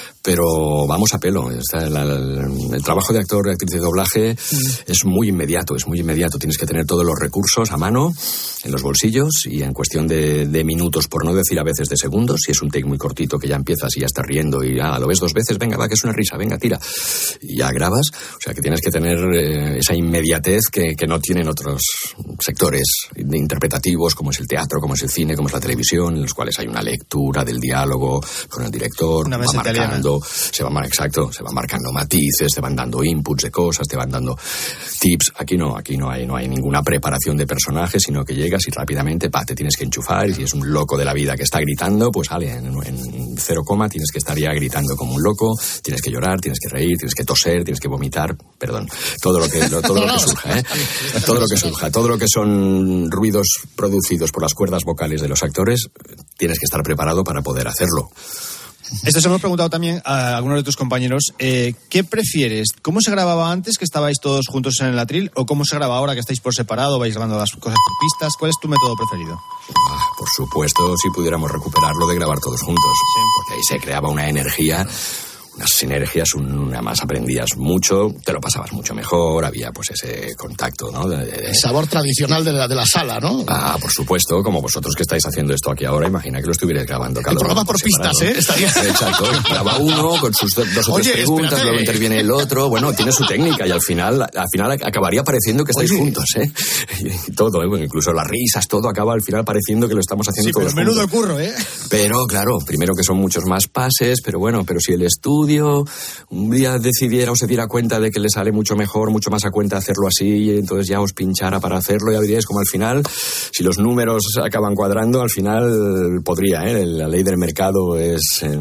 [SPEAKER 22] pero vamos a pelo. El, el, el trabajo de actor y actriz de doblaje mm. es muy inmediato, es muy inmediato. Tienes que tener todos los recursos a mano, en los bolsillos, y en cuestión de, de minutos, por no decir a veces de segundos, si es un take muy cortito que ya empiezas y ya estás riendo y ah, lo ves dos veces, venga, va, que es una risa, venga, tira, y ya grabas. O sea que tienes que tener eh, esa inmediatez que, que no tienen otros sectores interpretativos, como es el teatro, como es el cine, como es la televisión, en los cuales hay una lectura del diálogo con el director,
[SPEAKER 5] una
[SPEAKER 22] va marcando, dando, se van, exacto, se van marcando matices, te van dando inputs de cosas, te van dando tips. Aquí no, aquí no hay, no hay ninguna preparación de personaje, sino que llegas y rápidamente, pa, te tienes que enchufar, y si es un loco de la vida que está gritando, pues sale en, en cero coma, tienes que estar ya gritando como un loco, tienes que llorar, tienes que reír, tienes que toser, tienes que vomitar, perdón, todo lo que, lo, todo lo que surja, ¿eh? Todo lo que surja, todo lo que son ruidos producidos por las cuerdas vocales de los actores, tienes que estar preparado para poder hacerlo.
[SPEAKER 5] Esto se hemos preguntado también a algunos de tus compañeros. Eh, ¿Qué prefieres? ¿Cómo se grababa antes, que estabais todos juntos en el atril? ¿O cómo se graba ahora, que estáis por separado, vais grabando las cosas por pistas? ¿Cuál es tu método preferido?
[SPEAKER 22] Ah, por supuesto, si pudiéramos recuperarlo de grabar todos juntos. Sí. Porque ahí se creaba una energía, unas sinergias, una más aprendías mucho, te lo pasabas mucho mejor, había pues ese contacto, ¿no? De, de...
[SPEAKER 13] El sabor tradicional de la, de la sala, ¿no?
[SPEAKER 22] Ah, por supuesto, como vosotros que estáis haciendo esto aquí ahora, imagina que lo estuvierais grabando cada
[SPEAKER 13] uno. El programa por, por pistas, ¿eh? Estaría...
[SPEAKER 22] Exacto, graba uno con sus dos o
[SPEAKER 13] Oye,
[SPEAKER 22] tres preguntas,
[SPEAKER 13] espérate.
[SPEAKER 22] luego interviene el otro, bueno, tiene su técnica y al final, al final acabaría pareciendo que estáis Oye. juntos, ¿eh? Y todo, ¿eh? Incluso las risas, todo acaba al final pareciendo que lo estamos haciendo
[SPEAKER 5] sí,
[SPEAKER 22] todos
[SPEAKER 5] pero
[SPEAKER 22] juntos.
[SPEAKER 5] menudo curro, ¿eh?
[SPEAKER 22] Pero claro, primero que son muchos más pases, pero bueno, pero si el estudio un día decidiera o se diera cuenta de que le sale mucho mejor, mucho más a cuenta hacerlo así, y entonces ya os pinchara para hacerlo, ya veríais como al final, si los números acaban cuadrando, al final podría, ¿eh? La ley del mercado es eh,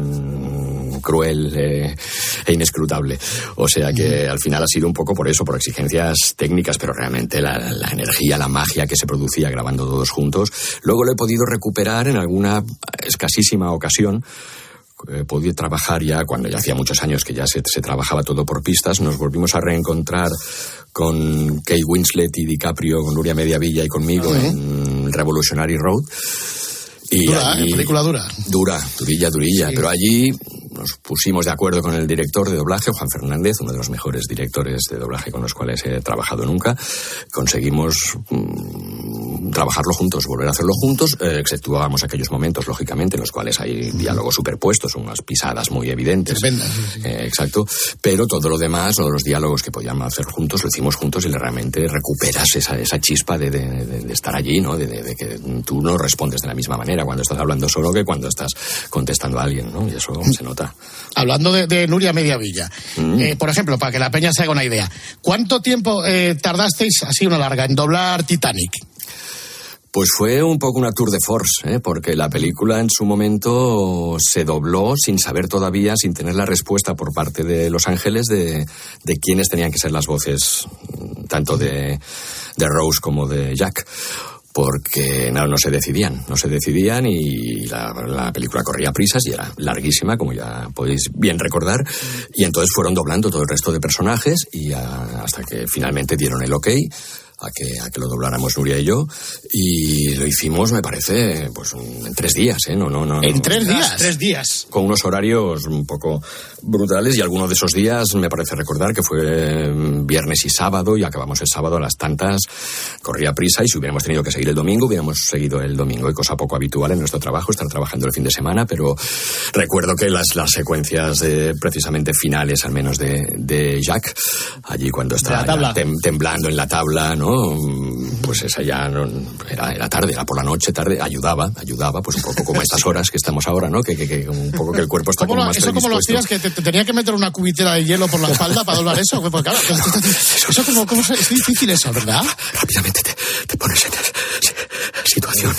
[SPEAKER 22] cruel eh, e inescrutable. O sea que al final ha sido un poco por eso, por exigencias técnicas, pero realmente la, la energía, la magia que se producía grabando todos juntos, luego lo he podido recuperar en alguna escasísima ocasión. He podido trabajar ya, cuando ya hacía muchos años que ya se, se trabajaba todo por pistas, nos volvimos a reencontrar con Kate Winslet y DiCaprio, con Nuria Mediavilla y conmigo uh-huh. en Revolutionary Road. Y
[SPEAKER 13] dura,
[SPEAKER 22] allí,
[SPEAKER 13] ¿eh? Película dura.
[SPEAKER 22] Dura, durilla, durilla,
[SPEAKER 13] sí.
[SPEAKER 22] Pero allí nos pusimos de acuerdo con el director de doblaje, Juan Fernández, uno de los mejores directores de doblaje con los cuales he trabajado nunca. Conseguimos mmm, trabajarlo juntos, volver a hacerlo juntos, eh, exceptuábamos aquellos momentos, lógicamente, en los cuales hay diálogos superpuestos, unas pisadas muy evidentes.
[SPEAKER 13] Tremenda, sí, sí.
[SPEAKER 22] Eh, exacto. Pero todo lo demás, todos los diálogos que podíamos hacer juntos, lo hicimos juntos y realmente recuperas esa, esa chispa de, de, de, de estar allí, ¿no? De, de, de que tú no respondes de la misma manera cuando estás hablando solo que cuando estás contestando a alguien, ¿no? Y eso se nota.
[SPEAKER 13] Hablando de, de Nuria Mediavilla, mm. eh, por ejemplo, para que la peña se haga una idea, ¿cuánto tiempo eh, tardasteis, así una larga, en doblar Titanic?
[SPEAKER 22] Pues fue un poco una tour de force, ¿eh? Porque la película en su momento se dobló sin saber todavía, sin tener la respuesta por parte de Los Ángeles de, de quiénes tenían que ser las voces, tanto de, de Rose como de Jack. Porque no, no se decidían, no se decidían y la, la película corría a prisas y era larguísima, como ya podéis bien recordar, y entonces fueron doblando todo el resto de personajes y a, hasta que finalmente dieron el ok a que, a que lo dobláramos Nuria y yo, y lo hicimos, me parece, pues en tres días, ¿eh? No, no, no.
[SPEAKER 13] ¿En tres días?
[SPEAKER 5] Tres días.
[SPEAKER 22] Con unos horarios un poco brutales, y alguno de esos días me parece recordar que fue viernes y sábado, y acabamos el sábado a las tantas, corría prisa, y si hubiéramos tenido que seguir el domingo, hubiéramos seguido el domingo, y cosa poco habitual en nuestro trabajo, estar trabajando el fin de semana, pero recuerdo que las, las secuencias de, precisamente finales, al menos de, de Jack, allí cuando estaba tem, temblando en la tabla, ¿no? Pues esa ya no, era, era tarde, era por la noche, tarde, ayudaba, ayudaba, pues un poco como a estas horas que estamos ahora, ¿no? Que, que, que un poco que el cuerpo está como
[SPEAKER 13] lo,
[SPEAKER 22] más
[SPEAKER 13] ¿Eso
[SPEAKER 22] predispuesto.
[SPEAKER 13] como lo hacías? ¿Que te, te tenía que meter una cubitera de hielo por la espalda para doblar eso? Pues claro, eso como, como es, es difícil eso, ¿verdad?
[SPEAKER 22] Rápidamente te, te pones en situación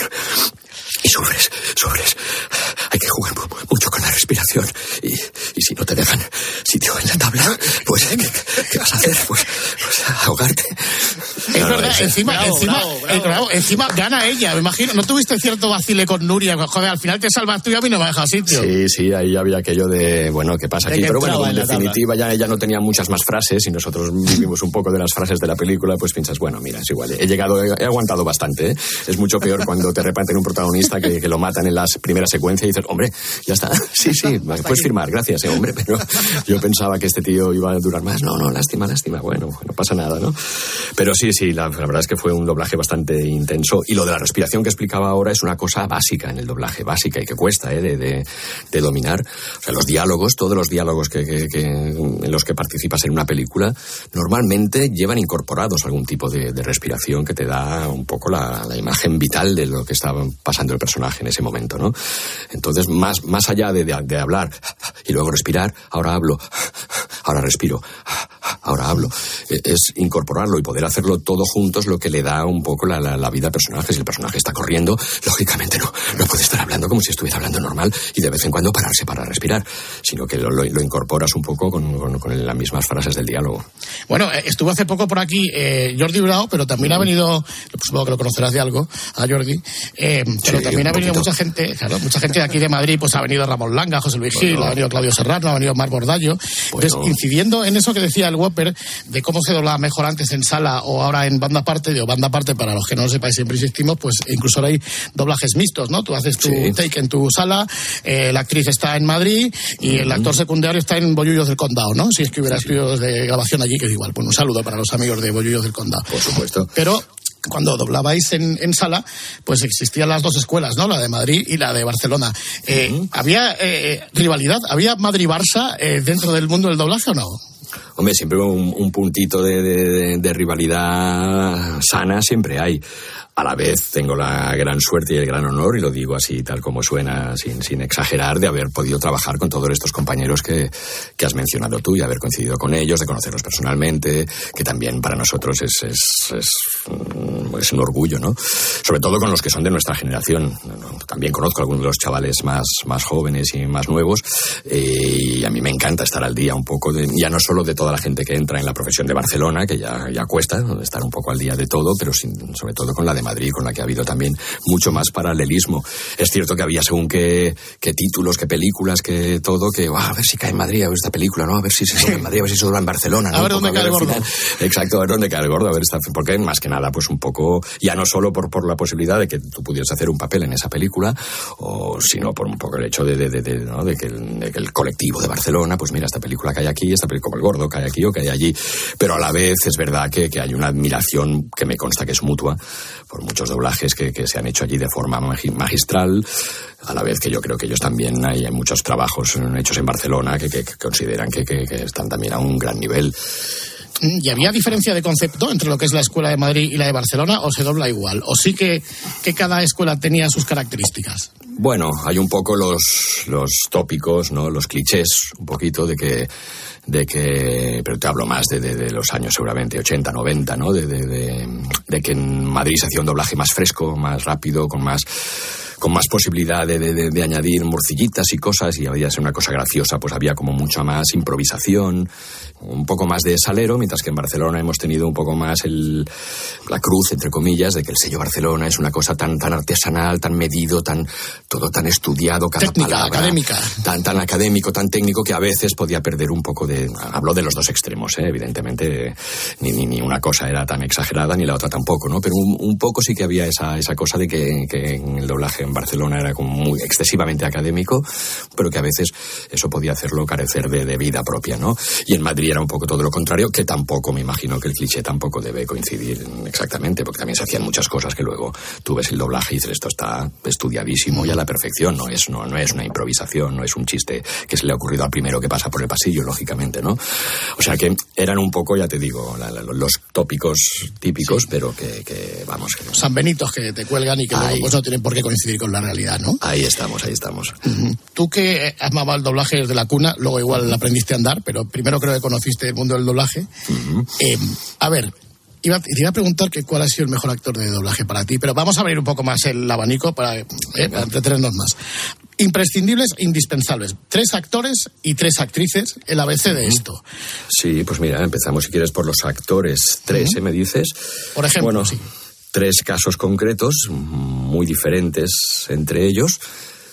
[SPEAKER 22] y sufres, sufres. Hay que jugar mucho con la respiración y, y si no te dejan sitio en la tabla, pues ¿qué, qué vas a hacer? Pues, pues ahogarte.
[SPEAKER 13] Es no, verdad, no, es, encima, bravo, encima, bravo, bravo. Eh, bravo, encima gana ella, me imagino. ¿No tuviste cierto vacile con Nuria? Joder, al final te salvas tú y a mí no me dejas sitio.
[SPEAKER 22] Sí, sí, ahí había aquello de, bueno, ¿qué pasa aquí? Pero bueno, en definitiva ya ella no tenía muchas más frases y nosotros vivimos un poco de las frases de la película, pues piensas, bueno, mira, es igual, he llegado, he, he aguantado bastante, ¿eh? Es mucho peor cuando te reparten un protagonista que, que lo matan en la primera secuencia y dices, hombre, ya está, sí, sí, puedes firmar, gracias, eh, hombre, pero yo pensaba que este tío iba a durar más. No, no, lástima, lástima, bueno, no pasa nada, ¿no? Pero sí, sí, la, la verdad es que fue un doblaje bastante intenso. Y lo de la respiración que explicaba ahora es una cosa básica en el doblaje, básica y que cuesta ¿eh? de, de, de dominar. O sea, los diálogos, todos los diálogos que, que, que, en los que participas en una película, normalmente llevan incorporados algún tipo de, de respiración que te da un poco la, la imagen vital de lo que está pasando el personaje en ese momento, ¿no? Entonces, más, más allá de, de, de hablar y luego respirar, ahora hablo, ahora respiro, ahora hablo, es incorporarlo y poder hacerlo todo juntos lo que le da un poco la, la, la vida al personaje. Si el personaje está corriendo, lógicamente no, no puede estar hablando como si estuviera hablando normal y de vez en cuando pararse para respirar, sino que lo, lo, lo incorporas un poco con, con, con las mismas frases del diálogo.
[SPEAKER 13] Bueno, estuvo hace poco por aquí eh, Jordi Bravo, pero también ha venido, supongo que lo conocerás de algo, a Jordi, eh, pero
[SPEAKER 22] sí,
[SPEAKER 13] también ha venido mucha gente, claro, mucha gente de aquí de Madrid, pues ha venido Ramón Langa, José Luis Gil, bueno. ha venido Claudio Serrano, ha venido Mar Bordallo. Bueno. Entonces, incidiendo en eso que decía el Whopper, de cómo se doblaba mejor antes en sala o ahora en banda aparte, digo, banda aparte para los que no lo sepáis, siempre insistimos, pues incluso ahora hay doblajes mixtos, ¿no? Tú haces tu sí. take en tu sala, eh, la actriz está en Madrid y el actor secundario está en Bollullos del Condado, ¿no? Si es que hubiera sí, estudios sí. de grabación allí, que es igual. Pues un saludo para los amigos de Bollullos del Condado.
[SPEAKER 22] Por supuesto.
[SPEAKER 13] Pero cuando doblabais en, en sala, pues existían las dos escuelas, ¿no? La de Madrid y la de Barcelona. Eh, uh-huh. ¿Había eh, rivalidad? ¿Había Madrid-Barça eh, dentro del mundo del doblaje o no?
[SPEAKER 22] Hombre, siempre un, un puntito de, de, de rivalidad sana siempre hay. A la vez tengo la gran suerte y el gran honor, y lo digo así tal como suena, sin, sin exagerar, de haber podido trabajar con todos estos compañeros que, que has mencionado tú y haber coincidido con ellos, de conocerlos personalmente, que también para nosotros es, es, es, es un orgullo, ¿no? Sobre todo con los que son de nuestra generación. También conozco a algunos de los chavales más, más jóvenes y más nuevos, eh, y a mí me encanta estar al día un poco, de, ya no solo de toda la gente que entra en la profesión de Barcelona, que ya, ya cuesta estar un poco al día de todo, pero sin, sobre todo con la de Madrid, con la que ha habido también mucho más paralelismo. Es cierto que había según qué, qué títulos, qué películas, qué todo, que oh, a ver si cae en Madrid, a ver esta película, ¿no? A ver si se dobla en Madrid, a ver si se dobla en Barcelona, ¿no?
[SPEAKER 13] A ver dónde cae el gordo.
[SPEAKER 22] Exacto, a ver dónde cae el gordo, a ver esta... Porque más que nada, pues un poco, ya no solo por, por la posibilidad de que tú pudieras hacer un papel en esa película, o sino por un poco el hecho de, de, de, de, ¿no? de, que el, de que el colectivo de Barcelona, pues mira, esta película cae aquí, esta película como el gordo cae aquí o cae allí. Pero a la vez es verdad que, que hay una admiración que me consta que es mutua por muchos doblajes que, que se han hecho allí de forma magistral, a la vez que yo creo que ellos también, hay, hay muchos trabajos hechos en Barcelona que, que, que consideran que, que, que están también a un gran nivel.
[SPEAKER 13] ¿Y había diferencia de concepto entre lo que es la escuela de Madrid y la de Barcelona, o se dobla igual? ¿O sí que, que cada escuela tenía sus características?
[SPEAKER 22] Bueno, hay un poco los, los tópicos, ¿no? Los clichés, un poquito de que... de que, pero te hablo más de, de, de los años seguramente ochenta, noventa, ¿no? De, de, de, de que en Madrid se hacía un doblaje más fresco, más rápido, con más... con más posibilidad de, de, de añadir morcillitas y cosas, y había ser una cosa graciosa, pues había como mucha más improvisación, un poco más de salero, mientras que en Barcelona hemos tenido un poco más el, la cruz, entre comillas, de que el sello Barcelona es una cosa tan, tan artesanal, tan medido, tan, todo tan estudiado, cada
[SPEAKER 13] técnica,
[SPEAKER 22] palabra,
[SPEAKER 13] académica.
[SPEAKER 22] Tan, tan académico, tan técnico, que a veces podía perder un poco de... Hablo de los dos extremos, ¿eh? Evidentemente, ni, ni, ni una cosa era tan exagerada, ni la otra tampoco, ¿no? Pero un, un poco sí que había esa, esa cosa de que, que en el doblaje en Barcelona era como muy excesivamente académico, pero que a veces eso podía hacerlo carecer de, de vida propia, ¿no? Y en Madrid era un poco todo lo contrario, que tampoco, me imagino que el cliché tampoco debe coincidir exactamente, porque también se hacían muchas cosas que luego tú ves el doblaje y dices, esto está estudiadísimo y a la perfección, no es, no, no es una improvisación, no es un chiste que se le ha ocurrido al primero que pasa por el pasillo, lógicamente, ¿no? O sea que eran un poco, ya te digo, la, la, los tópicos típicos, sí. pero que, que vamos... Que...
[SPEAKER 13] San Benitos que te cuelgan y que luego pues, no tienen por qué coincidir con la realidad, ¿no?
[SPEAKER 22] Ahí estamos, ahí estamos.
[SPEAKER 13] Uh-huh. Tú que has mamado el doblaje desde la cuna, luego igual uh-huh. aprendiste a andar, pero primero creo que conociste el mundo del doblaje. Uh-huh. Eh, a ver, iba, te iba a preguntar que cuál ha sido el mejor actor de doblaje para ti, pero vamos a abrir un poco más el abanico para, eh, para entretenernos más. Imprescindibles, indispensables. Tres actores y tres actrices, el A B C de esto.
[SPEAKER 22] Sí, pues mira, empezamos si quieres por los actores. Tres, uh-huh. ¿eh? Me dices.
[SPEAKER 13] Por ejemplo,
[SPEAKER 22] bueno,
[SPEAKER 13] sí.
[SPEAKER 22] Tres casos concretos, muy diferentes entre ellos,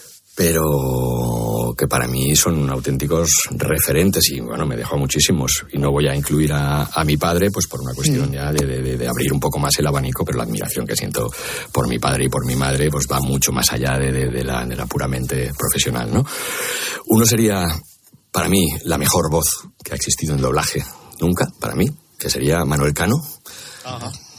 [SPEAKER 22] pero que para mí son auténticos referentes y, bueno, me dejó muchísimos. Y no voy a incluir a, a mi padre, pues por una cuestión ya de, de, de abrir un poco más el abanico, pero la admiración que siento por mi padre y por mi madre, pues va mucho más allá de, de, de, la, de la puramente profesional, ¿no? Uno sería, para mí, la mejor voz que ha existido en doblaje nunca, para mí, que sería Manuel Cano.
[SPEAKER 13] Ajá.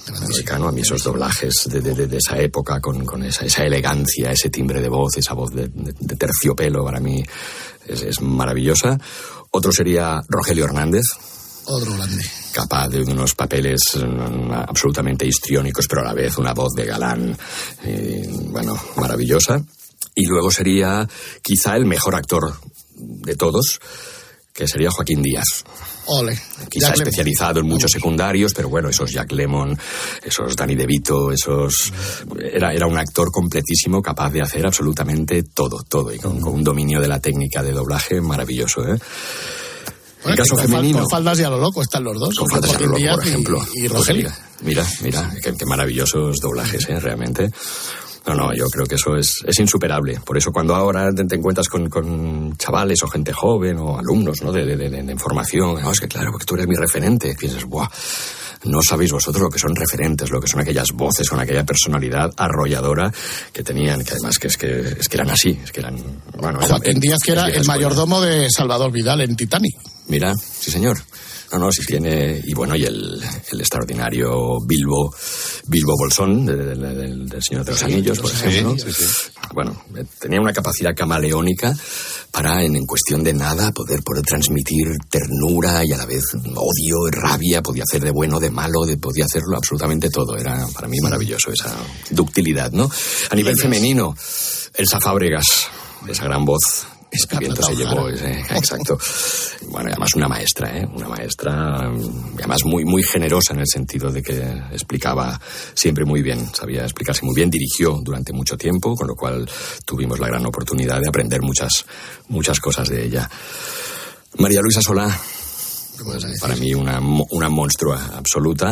[SPEAKER 22] Mecano, a mí esos doblajes de, de, de esa época con, con esa, esa elegancia, ese timbre de voz, esa voz de, de, de terciopelo, para mí es, es maravillosa. Otro sería Rogelio Hernández.
[SPEAKER 13] Otro grande.
[SPEAKER 22] Capaz de unos papeles um, absolutamente histriónicos, pero a la vez una voz de galán, eh, bueno, maravillosa. Y luego sería quizá el mejor actor de todos, que sería Joaquín Díaz.
[SPEAKER 13] Ole.
[SPEAKER 22] Quizá Jack especializado Lemon. En muchos secundarios, pero bueno, esos Jack Lemmon, esos Danny DeVito, esos... Era, era un actor completísimo, capaz de hacer absolutamente todo, todo, y con, con un dominio de la técnica de doblaje maravilloso, ¿eh? En el caso
[SPEAKER 13] con
[SPEAKER 22] femenino...
[SPEAKER 13] Con faldas y a lo loco están los dos.
[SPEAKER 22] Con faldas y a lo loco, por ejemplo.
[SPEAKER 13] Y, y Rogelio.
[SPEAKER 22] Pues mira, mira, mira qué, qué maravillosos doblajes, ¿eh? Realmente. No, no, yo creo que eso es, es insuperable. Por eso cuando ahora te, te encuentras con, con chavales o gente joven o alumnos, ¿no? de, de, de, de formación, no, es que claro, porque tú eres mi referente, piensas, ¡buah! No sabéis vosotros lo que son referentes, lo que son aquellas voces con aquella personalidad arrolladora que tenían, que además que es que, es que eran así, es que eran... Bueno,
[SPEAKER 13] Joaquín era, Díaz, que era el mayordomo de Salvador Vidal en Titanic.
[SPEAKER 22] Mira, sí señor. No, no, sí tiene... Y bueno, y el, el extraordinario Bilbo, Bilbo Bolsón, de, de, de, del Señor de los Anillos, por ejemplo. Sí, sí, sí. Bueno, tenía una capacidad camaleónica para, en, en cuestión de nada, poder, poder transmitir ternura y a la vez odio, rabia, podía hacer de bueno, de malo, de, podía hacerlo absolutamente todo. Era para mí maravilloso esa ductilidad, ¿no? A nivel femenino, Elsa Fábregas, esa gran voz... El viento se llevó, eh, exacto. Bueno, además una maestra, ¿eh? Una maestra, además muy, muy generosa en el sentido de que explicaba siempre muy bien, sabía explicarse muy bien, dirigió durante mucho tiempo, con lo cual tuvimos la gran oportunidad de aprender muchas, muchas cosas de ella. María Luisa Solá, para mí una, una monstrua absoluta.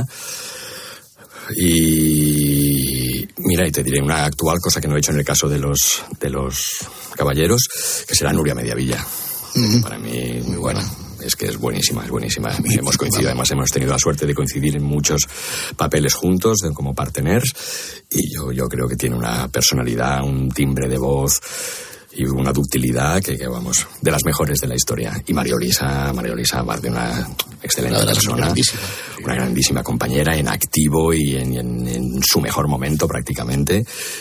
[SPEAKER 22] Y mira, y te diré una actual cosa que no he hecho en el caso de los de los caballeros, que será Nuria Mediavilla. Mm-hmm. Para mí, muy buena. Es que es buenísima, es buenísima. Hemos coincidido, además hemos tenido la suerte de coincidir en muchos papeles juntos, de, como partners, y yo, yo creo que tiene una personalidad, un timbre de voz y una ductilidad que, que, vamos, de las mejores de la historia. Y María Luisa, María Luisa, de una excelente una persona, grandísima. Una grandísima compañera en activo y en, en, en su mejor momento prácticamente,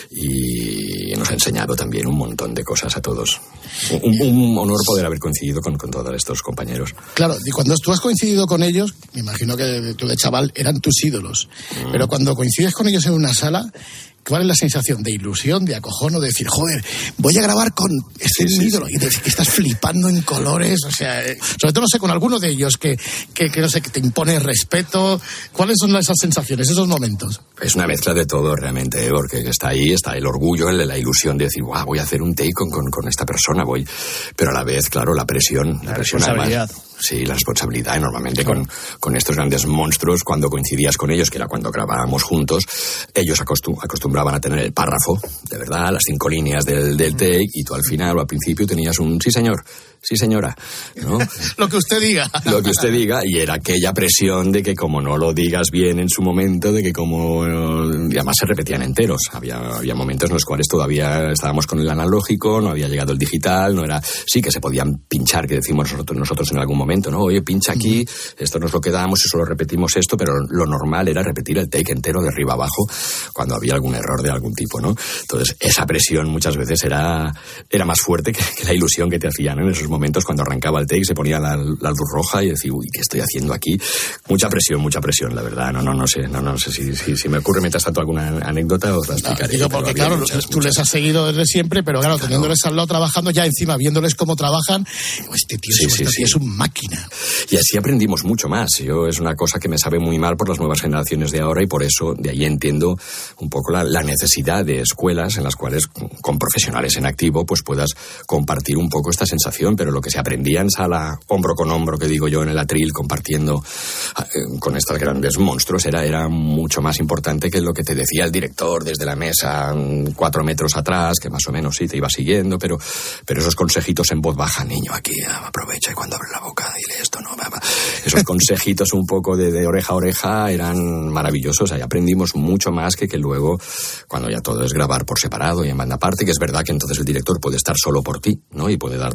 [SPEAKER 22] y nos ha enseñado también un montón de cosas a todos. Un, un honor poder haber coincidido con, con todos estos compañeros.
[SPEAKER 13] Claro, y cuando tú has coincidido con ellos, me imagino que tú de chaval eran tus ídolos, mm. pero cuando coincides con ellos en una sala, ¿cuál es la sensación de ilusión, de acojono, de decir, joder, voy a grabar con este sí, ídolo? Sí, sí. Y de decir que estás flipando en colores, o sea, eh, sobre todo, no sé, con alguno de ellos que, que, que, no sé, que te impone respeto. ¿Cuáles son esas sensaciones, esos momentos?
[SPEAKER 22] Es una mezcla de todo realmente, ¿eh? Porque está ahí, está el orgullo, el, la ilusión de decir, guau, voy a hacer un take con, con, con esta persona, voy. Pero a la vez, claro, la presión, la, la presión responsabilidad. Además, sí, la responsabilidad, normalmente claro. con, con estos grandes monstruos, cuando coincidías con ellos, que era cuando grabábamos juntos, ellos acostum- acostumbraban a tener el párrafo, de verdad, las cinco líneas del, del take, y tú al final o al principio tenías un sí señor, sí señora, ¿no?
[SPEAKER 13] Lo que usted diga.
[SPEAKER 22] Lo que usted diga, y era aquella presión de que como no lo digas bien en su momento, de que como... Y además se repetían enteros, había, había momentos en los cuales todavía estábamos con el analógico, no había llegado el digital, no era... Sí que se podían pinchar, que decimos nosotros, nosotros en algún momento, ¿no? Oye, pincha aquí, esto nos lo quedamos y solo repetimos esto, pero lo normal era repetir el take entero de arriba abajo cuando había algún error de algún tipo, ¿no? Entonces, esa presión muchas veces era, era más fuerte que, que la ilusión que te hacían, ¿no? En esos momentos cuando arrancaba el take se ponía la, la luz roja y decía, uy, ¿qué estoy haciendo aquí? Mucha presión, mucha presión, la verdad. No, no, no sé, no, no sé si, si, si me ocurre mientras tanto alguna anécdota os la explicaré.
[SPEAKER 13] No, digo, porque claro, muchas, tú muchas. les has seguido desde siempre, pero claro, claro, teniéndoles al lado trabajando, ya encima viéndoles cómo trabajan, este tío, sí, sí, este sí. es un máquina.
[SPEAKER 22] Y así aprendimos mucho más. Yo es una cosa que me sabe muy mal por las nuevas generaciones de ahora, y por eso de ahí entiendo un poco la, la necesidad de escuelas en las cuales con profesionales en activo pues puedas compartir un poco esta sensación, pero lo que se aprendía en sala, hombro con hombro, que digo yo, en el atril, compartiendo eh, con estos grandes monstruos, era, era mucho más importante que lo que te decía el director desde la mesa cuatro metros atrás, que más o menos sí te iba siguiendo, pero, pero esos consejitos en voz baja, niño, aquí aprovecha y cuando abre la boca dile esto, no, va, va. Esos consejitos un poco de, de oreja a oreja eran maravillosos. Ahí aprendimos mucho más que que luego, cuando ya todo es grabar por separado y en banda aparte, que es verdad que entonces el director puede estar solo por ti, ¿no? Y puede darte las indicaciones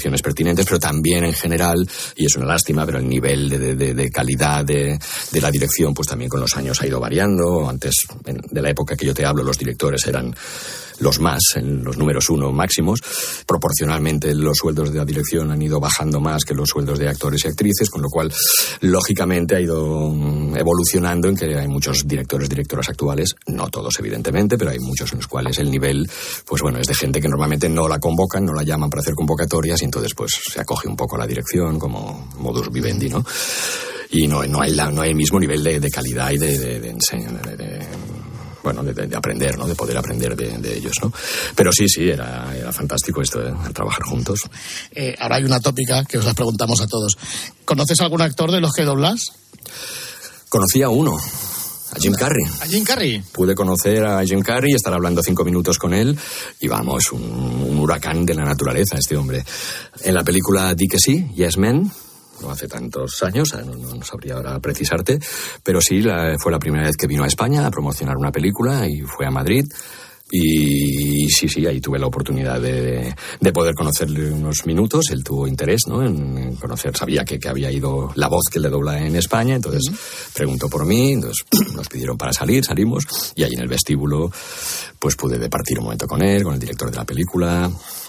[SPEAKER 22] actuaciones pertinentes, pero también en general, y es una lástima, pero el nivel de, de, de calidad de, de la dirección, pues también con los años ha ido variando. Antes, en, de la época que yo te hablo, los directores eran los más, en los números uno máximos. Proporcionalmente los sueldos de la dirección han ido bajando más que los sueldos de actores y actrices, con lo cual, lógicamente, ha ido evolucionando en que hay muchos directores, directoras actuales, no todos evidentemente, pero hay muchos en los cuales el nivel, pues bueno, es de gente que normalmente no la convocan, no la llaman para hacer convocatorias y entonces pues se acoge un poco a la dirección como modus vivendi, ¿no? Y no, no, hay, la, no hay el mismo nivel de, de calidad y de, de, de enseñanza, de, de, bueno, de, de aprender, ¿no? De poder aprender de, de ellos, ¿no? Pero sí, sí, era, era fantástico esto de trabajar juntos.
[SPEAKER 13] Eh, ahora hay una tópica que os la preguntamos a todos. ¿Conoces algún actor de los que doblas?
[SPEAKER 22] Conocí a uno, a Jim Carrey.
[SPEAKER 5] ¿A Jim Carrey?
[SPEAKER 22] Pude conocer a Jim Carrey y estar hablando cinco minutos con él y vamos, un, un huracán de la naturaleza este hombre. En la película Di que sí, Yes Men, no hace tantos años, no, no, no sabría ahora precisarte, pero sí, la, fue la primera vez que vino a España a promocionar una película y fue a Madrid. Y sí, sí, ahí tuve la oportunidad de, de poder conocerle unos minutos. Él tuvo interés, ¿no?, en, en conocer, sabía que, que había ido la voz que le dobla en España, entonces uh-huh. preguntó por mí, entonces nos pidieron para salir, salimos, y ahí en el vestíbulo pues pude departir un momento con él, con el director de la película.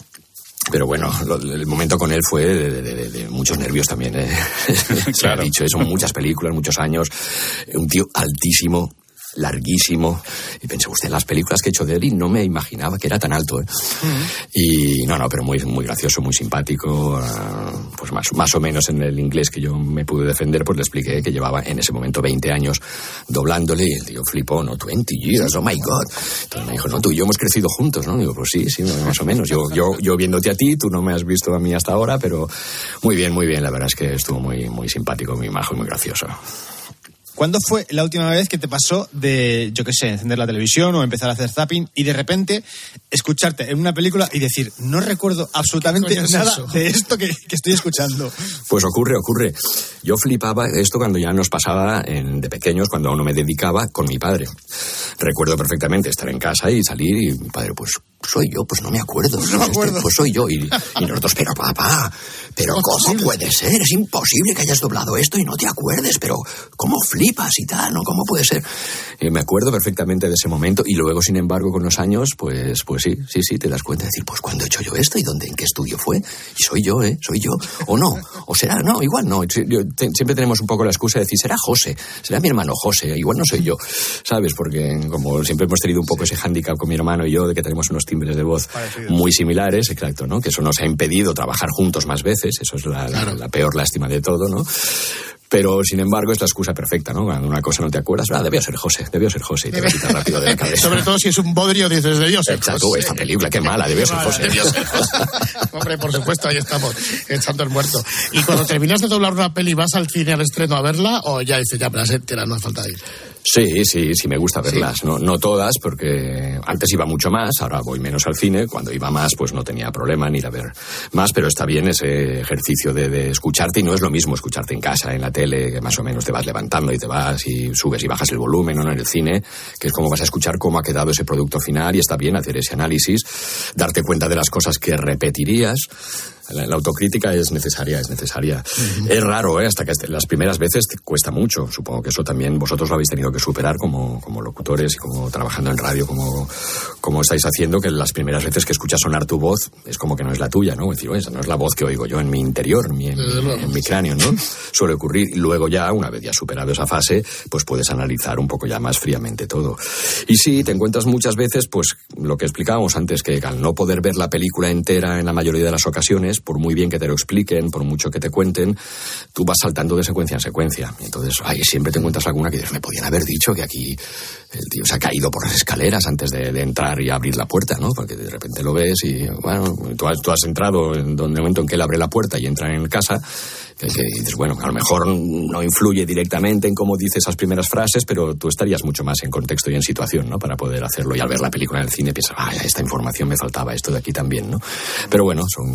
[SPEAKER 22] Pero bueno, lo, el momento con él fue de, de, de, de muchos nervios también, ¿eh? Se ha dicho eso, muchas películas, muchos años, un tío altísimo, larguísimo, y pensé, usted, en las películas que he hecho de él y no me imaginaba que era tan alto, ¿eh? Uh-huh. Y no, no, pero muy, muy gracioso, muy simpático, uh, pues más, más o menos en el inglés que yo me pude defender, pues le expliqué que llevaba en ese momento veinte años doblándole, y el tío flipó, ¿no? veinte years, oh my God. Entonces me dijo, no, tú y yo hemos crecido juntos, ¿no? Digo, pues sí, sí, más o menos. Yo, yo, yo viéndote a ti, tú no me has visto a mí hasta ahora, pero muy bien, muy bien, la verdad es que estuvo muy, muy simpático, muy majo y muy gracioso.
[SPEAKER 5] ¿Cuándo fue la última vez que te pasó de, yo qué sé, encender la televisión o empezar a hacer zapping y de repente escucharte en una película y decir, no recuerdo absolutamente nada eso? de esto que, que estoy escuchando?
[SPEAKER 22] Pues ocurre, ocurre. Yo flipaba esto cuando ya nos pasaba en, de pequeños, cuando aún no me dedicaba, con mi padre. Recuerdo perfectamente estar en casa y salir y mi padre, pues soy yo, pues no me acuerdo.
[SPEAKER 5] No me acuerdo.
[SPEAKER 22] Este, pues soy yo. Y, y nosotros, pero papá, pero ¿cómo puede ser? Es imposible que hayas doblado esto y no te acuerdes, pero ¿cómo flipas y tal? ¿No? ¿Cómo puede ser? Y me acuerdo perfectamente de ese momento y luego, sin embargo, con los años, pues pues sí, sí, sí, te das cuenta de decir, pues ¿cuándo he hecho yo esto? ¿Y dónde? ¿En qué estudio fue? Y soy yo, ¿eh? Soy yo. ¿O no? ¿O será? No, igual no. Yo, te, siempre tenemos un poco la excusa de decir, será José, será mi hermano José, igual no soy yo, ¿sabes? Porque como siempre hemos tenido un poco ese hándicap con mi hermano y yo de que tenemos unos timbres de voz parecido, muy similares, exacto, ¿no? Que eso nos ha impedido trabajar juntos más veces, eso es la, claro. la, la peor lástima de todo, ¿no? Pero, sin embargo, es la excusa perfecta, ¿no? Cuando una cosa no te acuerdas, ah, debió ser José, debió ser José, y te lo quitas rápido de la cabeza.
[SPEAKER 13] Sobre todo si es un bodrio, dices, debió ser
[SPEAKER 22] Exacto,
[SPEAKER 13] José.
[SPEAKER 22] Esta película, qué mala, debió qué ser mala, José.
[SPEAKER 13] Debió ser José. Hombre, por supuesto, ahí estamos, echando el muerto. Y cuando terminas de doblar una peli, ¿vas al cine al estreno a verla o ya dices, ya, pero entera, no hace falta ir?
[SPEAKER 22] Sí, sí, sí me gusta verlas, ¿Sí? no, no todas, porque antes iba mucho más, ahora voy menos al cine, cuando iba más pues no tenía problema en ir a ver más, pero está bien ese ejercicio de, de escucharte, y no es lo mismo escucharte en casa, en la tele, que más o menos te vas levantando y te vas y subes y bajas el volumen, o no en el cine, que es como vas a escuchar cómo ha quedado ese producto final, y está bien hacer ese análisis, darte cuenta de las cosas que repetirías. La, la autocrítica es necesaria, es necesaria. Uh-huh. Es raro, ¿eh? Hasta que las primeras veces te cuesta mucho. Supongo que eso también vosotros lo habéis tenido que superar como, como locutores y como trabajando en radio, como, como estáis haciendo, que las primeras veces que escuchas sonar tu voz es como que no es la tuya, ¿no? Es decir, esa no es la voz que oigo yo en mi interior, en mi, en, mi, en mi cráneo, ¿no? Suele ocurrir. Y luego ya, una vez ya superado esa fase, pues puedes analizar un poco ya más fríamente todo. Y sí, te encuentras muchas veces, pues lo que explicábamos antes, que al no poder ver la película entera en la mayoría de las ocasiones, por muy bien que te lo expliquen, por mucho que te cuenten, tú vas saltando de secuencia en secuencia. Y entonces, ay, siempre te encuentras alguna que dices, me podían haber dicho que aquí el tío se ha caído por las escaleras antes de, de entrar y abrir la puerta, ¿no? Porque de repente lo ves y, bueno, tú has, tú has entrado en el momento en que él abre la puerta y entra en casa, que, que dices, bueno, a lo mejor no influye directamente en cómo dice esas primeras frases, pero tú estarías mucho más en contexto y en situación, ¿no? Para poder hacerlo. Y al ver la película en el cine piensas, ah, esta información me faltaba, esto de aquí también, ¿no? Pero bueno, son gajes del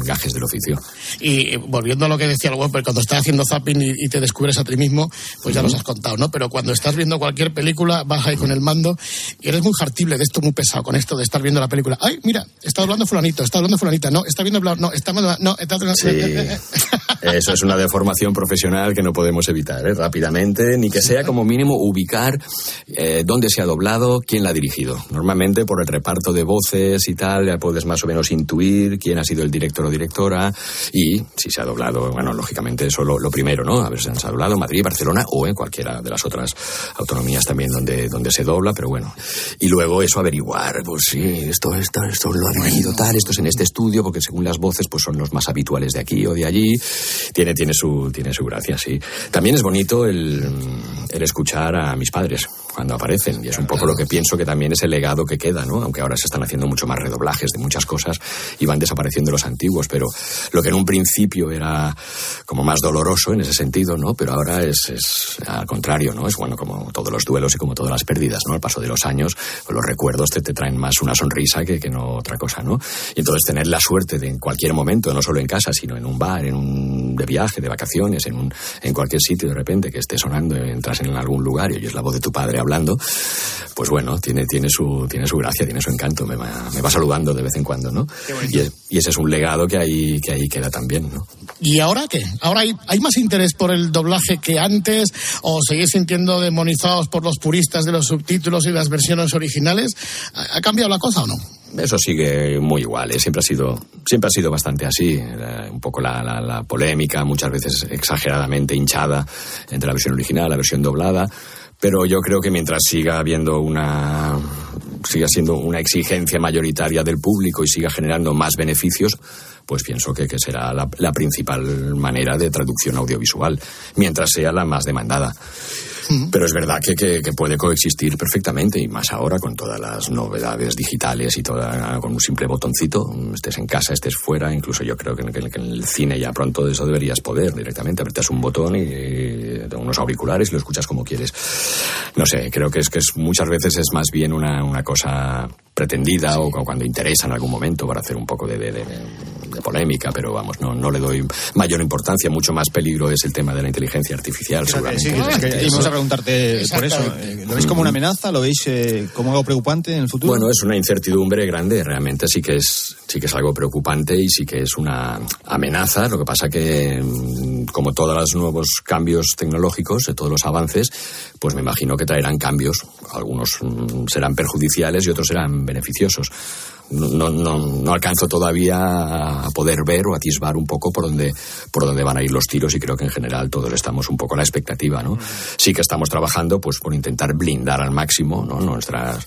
[SPEAKER 22] oficio.
[SPEAKER 13] Y volviendo a lo que decía el Whopper, cuando estás haciendo zapping y, y te descubres a ti mismo, pues ya uh-huh. nos has contado, ¿no? Pero cuando estás viendo cualquier película, vas ahí con el mando y eres muy hartible de esto, muy pesado con esto de estar viendo la película. Ay, mira, está hablando fulanito, está hablando fulanita, no, está viendo, no, está, no, está...
[SPEAKER 22] Sí. Eso es una deformación profesional que no podemos evitar, ¿eh? Rápidamente, ni que sea como mínimo ubicar eh, dónde se ha doblado, quién la ha dirigido. Normalmente por el reparto de voces y tal, ya puedes más o menos intuir quién ha sido el director o directora y si se ha doblado, bueno, lógicamente eso lo, lo primero, ¿no? A ver si se ha doblado en Madrid, Barcelona o en cualquiera de las otras autonomías también donde, donde se dobla, pero bueno. Y luego eso averiguar, pues sí, esto, esto, esto lo ha dirigido tal, esto es en este estudio, porque según las voces pues son los más habituales de aquí o de allí. Tiene, tiene su, tiene su gracia, sí. También es bonito el, el escuchar a mis padres cuando aparecen, y es un poco lo que pienso que también es el legado que queda, ¿no? Aunque ahora se están haciendo mucho más redoblajes de muchas cosas y van desapareciendo los antiguos, pero lo que en un principio era como más doloroso en ese sentido, ¿no? Pero ahora es, es al contrario, ¿no? Es bueno como todos los duelos y como todas las pérdidas, ¿no? Al paso de los años, pues los recuerdos te, te traen más una sonrisa que, que no otra cosa, ¿no? Y entonces tener la suerte de en cualquier momento, no solo en casa, sino en un bar, en un de viaje, de vacaciones, en un en cualquier sitio de repente que esté sonando, entras en algún lugar y oyes la voz de tu padre hablando, pues bueno, tiene, tiene, su, tiene su gracia, tiene su encanto, me va, me va saludando de vez en cuando, ¿no? Y, es, y ese es un legado que ahí, que ahí queda también, ¿no?
[SPEAKER 13] ¿Y ahora qué? ¿Ahora hay, hay más interés por el doblaje que antes? ¿O seguís sintiendo demonizados por los puristas de los subtítulos y las versiones originales? ¿Ha cambiado la cosa o no?
[SPEAKER 22] Eso sigue muy igual, ¿eh? Siempre ha sido, siempre ha sido bastante así. Era un poco la, la, la polémica, muchas veces exageradamente hinchada entre la versión original y la versión doblada. Pero yo creo que mientras siga habiendo una, siga siendo una exigencia mayoritaria del público y siga generando más beneficios, pues pienso que, que será la, la principal manera de traducción audiovisual, mientras sea la más demandada. Pero es verdad que, que, que puede coexistir perfectamente, y más ahora con todas las novedades digitales y toda, con un simple botoncito, estés en casa, estés fuera, incluso yo creo que en, que en el cine ya pronto de eso deberías poder directamente, apretas un botón y, y unos auriculares y lo escuchas como quieres. No sé, creo que es que es, muchas veces es más bien una, una cosa pretendida, sí, o cuando interesa en algún momento para hacer un poco de, de, de, de polémica, pero vamos, no, no le doy mayor importancia. Mucho más peligro es el tema de la inteligencia artificial, seguramente.
[SPEAKER 5] Sí, es que íbamos a preguntarte por eso. ¿Lo veis como una amenaza? ¿Lo veis eh, como algo preocupante en el futuro?
[SPEAKER 22] Bueno, es una incertidumbre grande, realmente sí que es, sí que es algo preocupante y sí que es una amenaza. Lo que pasa que, como todos los nuevos cambios tecnológicos, todos los avances, pues me imagino que traerán cambios. Algunos serán perjudiciales y otros serán beneficiosos. No, no, no alcanzo todavía a poder ver o atisbar un poco por dónde, por dónde van a ir los tiros, y creo que en general todos estamos un poco a la expectativa, ¿no? Sí que estamos trabajando pues por intentar blindar al máximo, ¿no?, nuestras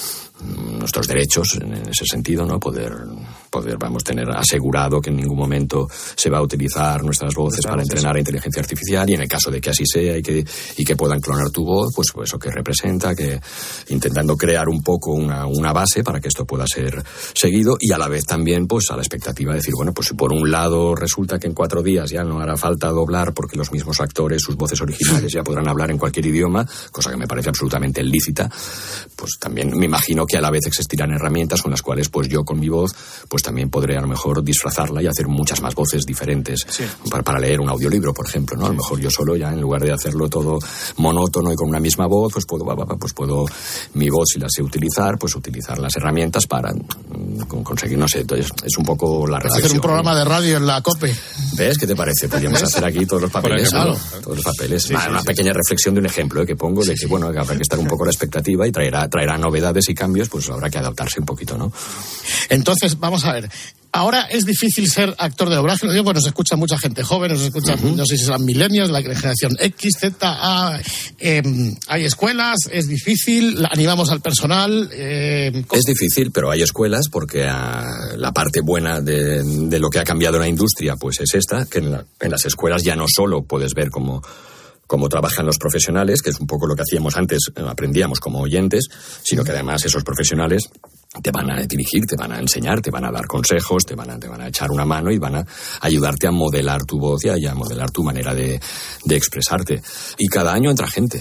[SPEAKER 22] nuestros derechos en ese sentido, ¿no? Poder, poder, vamos, tener asegurado que en ningún momento se va a utilizar nuestras voces claro, para entrenar sí. a inteligencia artificial, y en el caso de que así sea y que, y que puedan clonar tu voz, pues, pues eso que representa, que intentando crear un poco una, una base para que esto pueda ser seguido, y a la vez también pues a la expectativa de decir, bueno, pues si por un lado resulta que en cuatro días ya no hará falta doblar porque los mismos actores, sus voces originales ya podrán hablar en cualquier idioma, cosa que me parece absolutamente lícita, pues también me imagino que a la vez existirán herramientas con las cuales pues yo con mi voz pues también podré a lo mejor disfrazarla y hacer muchas más voces diferentes sí. para, para leer un audiolibro, por ejemplo, ¿no? A lo mejor yo solo ya, en lugar de hacerlo todo monótono y con una misma voz, pues puedo, pues puedo mi voz, si la sé utilizar, pues utilizar las herramientas para conseguir, no sé, entonces es un poco la reflexión.
[SPEAKER 13] Hacer un programa de radio en la COPE.
[SPEAKER 22] ¿Ves? ¿Qué te parece? Podríamos hacer aquí todos los papeles,
[SPEAKER 13] claro.
[SPEAKER 22] ¿no? Todos los papeles.
[SPEAKER 13] Sí,
[SPEAKER 22] una
[SPEAKER 13] sí,
[SPEAKER 22] una
[SPEAKER 13] sí.
[SPEAKER 22] pequeña reflexión de un ejemplo ¿eh? que pongo, de
[SPEAKER 13] sí,
[SPEAKER 22] que
[SPEAKER 13] sí.
[SPEAKER 22] bueno, que habrá que estar un poco a la expectativa y traerá, traerá novedades y cambios, pues habrá que adaptarse un poquito, ¿no?
[SPEAKER 13] Entonces, vamos a ver. Ahora es difícil ser actor de doblaje, lo digo porque nos escucha mucha gente joven, nos escucha, uh-huh. no sé si serán millennials, la generación X, Z, A, eh, hay escuelas, es difícil, animamos al personal. Eh,
[SPEAKER 22] es difícil, pero hay escuelas porque uh, la parte buena de, de lo que ha cambiado la industria pues es esta, que en, la, en las escuelas ya no solo puedes ver cómo cómo trabajan los profesionales, que es un poco lo que hacíamos antes, aprendíamos como oyentes, sino que además esos profesionales te van a dirigir, te van a enseñar, te van a dar consejos, te van a, te van a echar una mano y van a ayudarte a modelar tu voz y a modelar tu manera de, de expresarte. Y cada año entra gente.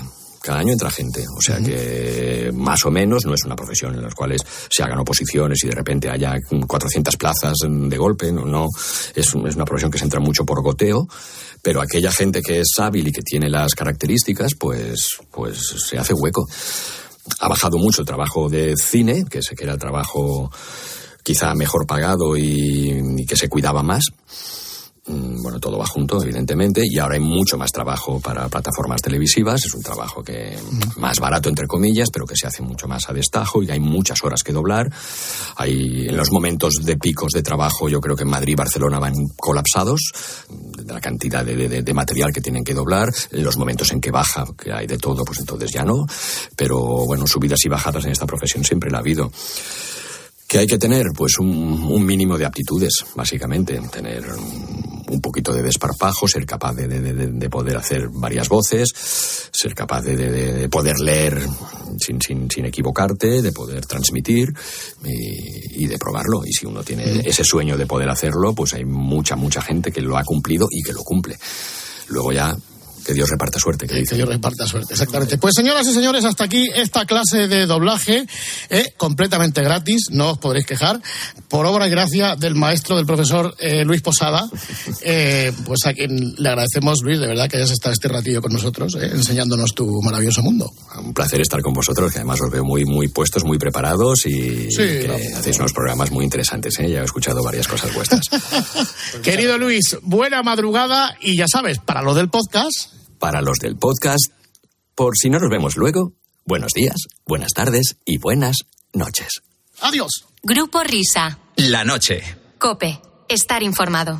[SPEAKER 22] Cada año entra gente, o sea que más o menos no es una profesión en la cual se hagan oposiciones y de repente haya cuatrocientas plazas de golpe, no, no. Es, es una profesión que se entra mucho por goteo, pero aquella gente que es hábil y que tiene las características, pues, pues se hace hueco. Ha bajado mucho el trabajo de cine, que sé que era el trabajo quizá mejor pagado y, y que se cuidaba más. Bueno, todo va junto, evidentemente, y ahora hay mucho más trabajo para plataformas televisivas. Es un trabajo que más barato, entre comillas, pero que se hace mucho más a destajo y hay muchas horas que doblar. Hay, en los momentos de picos de trabajo, yo creo que en Madrid y Barcelona van colapsados de la cantidad de, de, de material que tienen que doblar. En los momentos en que baja, que hay de todo, pues entonces ya no. Pero bueno, subidas y bajadas en esta profesión siempre la ha habido. ¿Qué hay que tener? Pues un, un mínimo de aptitudes, básicamente. Tener un poquito de desparpajo, ser capaz de, de, de, de poder hacer varias voces, ser capaz de, de, de poder leer sin, sin, sin equivocarte, de poder transmitir y, y de probarlo. Y si uno tiene ese sueño de poder hacerlo, pues hay mucha, mucha gente que lo ha cumplido y que lo cumple. Luego ya... que Dios reparta suerte. Que,
[SPEAKER 13] que Dios reparta suerte, exactamente. Pues señoras y señores, hasta aquí esta clase de doblaje, eh, completamente gratis, no os podréis quejar, por obra y gracia del maestro, del profesor eh, Luis Posada, eh, pues a quien le agradecemos, Luis, de verdad que hayas estado este ratillo con nosotros, eh, enseñándonos tu maravilloso mundo.
[SPEAKER 22] Un placer estar con vosotros, que además os veo muy, muy puestos, muy preparados y sí, que no. Hacéis unos programas muy interesantes, ¿eh? Ya he escuchado varias cosas vuestras.
[SPEAKER 13] Querido Luis, buena madrugada y ya sabes, para lo del podcast...
[SPEAKER 22] Para los del podcast, por si no nos vemos luego, buenos días, buenas tardes y buenas noches.
[SPEAKER 13] Adiós.
[SPEAKER 7] Grupo Risa.
[SPEAKER 2] La noche.
[SPEAKER 7] COPE. Estar informado.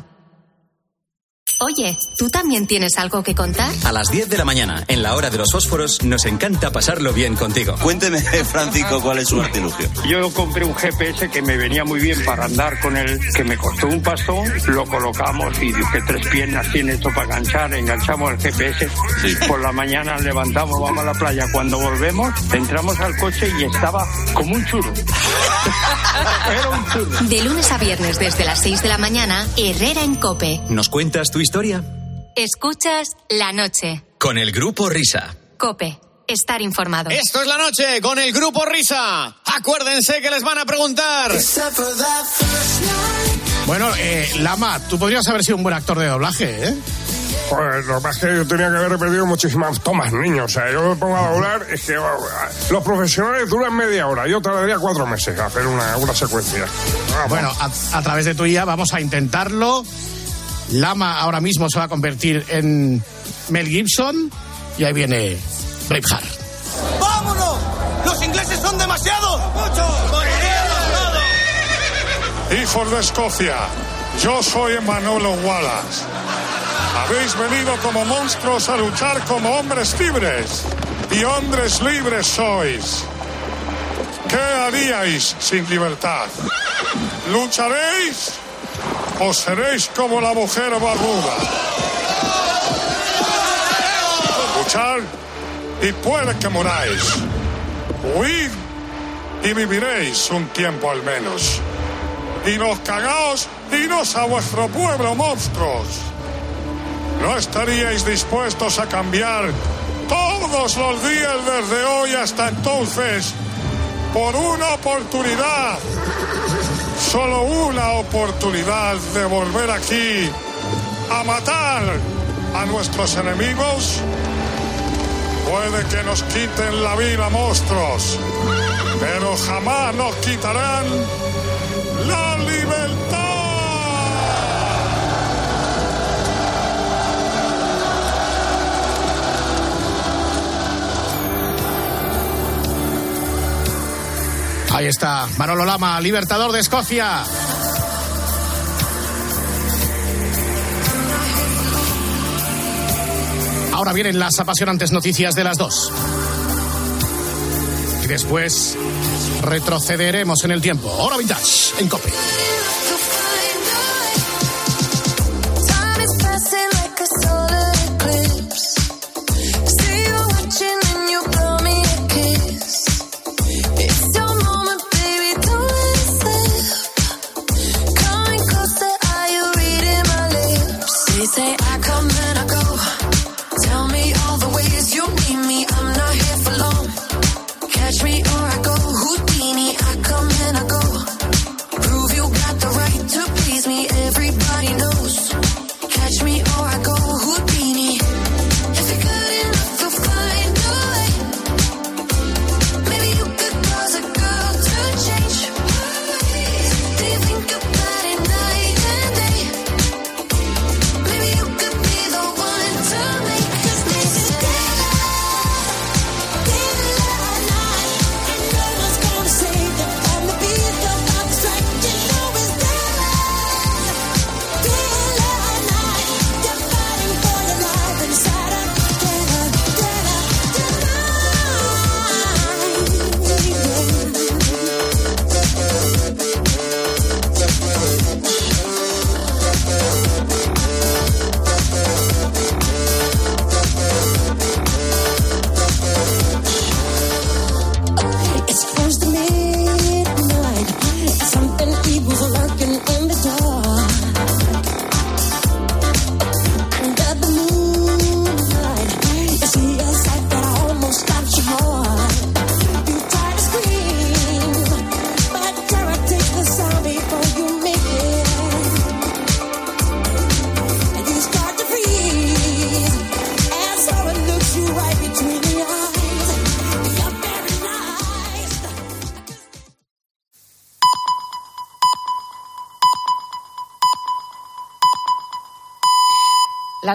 [SPEAKER 7] Oye, ¿tú también tienes algo que contar?
[SPEAKER 2] A las diez de la mañana, en la hora de los fósforos, nos encanta pasarlo bien contigo.
[SPEAKER 6] Cuénteme, Francisco, ¿cuál es su artilugio?
[SPEAKER 16] Yo compré un G P S que me venía muy bien para andar con él, que me costó un pastón, lo colocamos y dije, tres piernas tiene esto para enganchar, enganchamos el G P S, sí. Por la mañana levantamos, vamos a la playa, cuando volvemos, entramos al coche y estaba como un churro. Era un churro.
[SPEAKER 7] De lunes a viernes desde las seis de la mañana, Herrera en COPE.
[SPEAKER 2] ¿Nos cuentas tu historia?
[SPEAKER 7] Escuchas La Noche.
[SPEAKER 2] Con el Grupo Risa.
[SPEAKER 7] COPE. Estar informado.
[SPEAKER 5] Esto es La Noche con el Grupo Risa. Acuérdense que les van a preguntar.
[SPEAKER 13] Bueno, eh, Lama, tú podrías haber sido un buen actor de doblaje, ¿eh?
[SPEAKER 14] Pues lo que pasa es que yo tenía que haber repetido muchísimas tomas, niños. O sea, yo me pongo a doblar, es que los profesionales duran media hora. Yo tardaría cuatro meses a hacer una, una secuencia. Vamos.
[SPEAKER 13] Bueno, a, a través de tu I A vamos a intentarlo. Lama ahora mismo se va a convertir en Mel Gibson y ahí viene Braveheart.
[SPEAKER 23] ¡Vámonos! ¡Los ingleses son demasiados! ¡Muchos!
[SPEAKER 24] Hijos de Escocia, yo soy Emanuel Wallace. Habéis venido como monstruos a luchar como hombres libres. Y hombres libres sois. ¿Qué haríais sin libertad? ¿Lucharéis o seréis como la mujer barbuda? Luchar y puede que moráis. Huid y viviréis un tiempo al menos. Y nos cagaos, iros a vuestro pueblo, monstruos. ¿No estaríais dispuestos a cambiar todos los días desde hoy hasta entonces por una oportunidad? Solo una oportunidad de volver aquí a matar a nuestros enemigos. Puede que nos quiten la vida, monstruos, pero jamás nos quitarán la libertad.
[SPEAKER 13] Ahí está, Manolo Lama, libertador de Escocia. Ahora vienen las apasionantes noticias de las dos. Y después retrocederemos en el tiempo. Hora Vintage, en COPE.
[SPEAKER 25] Say I come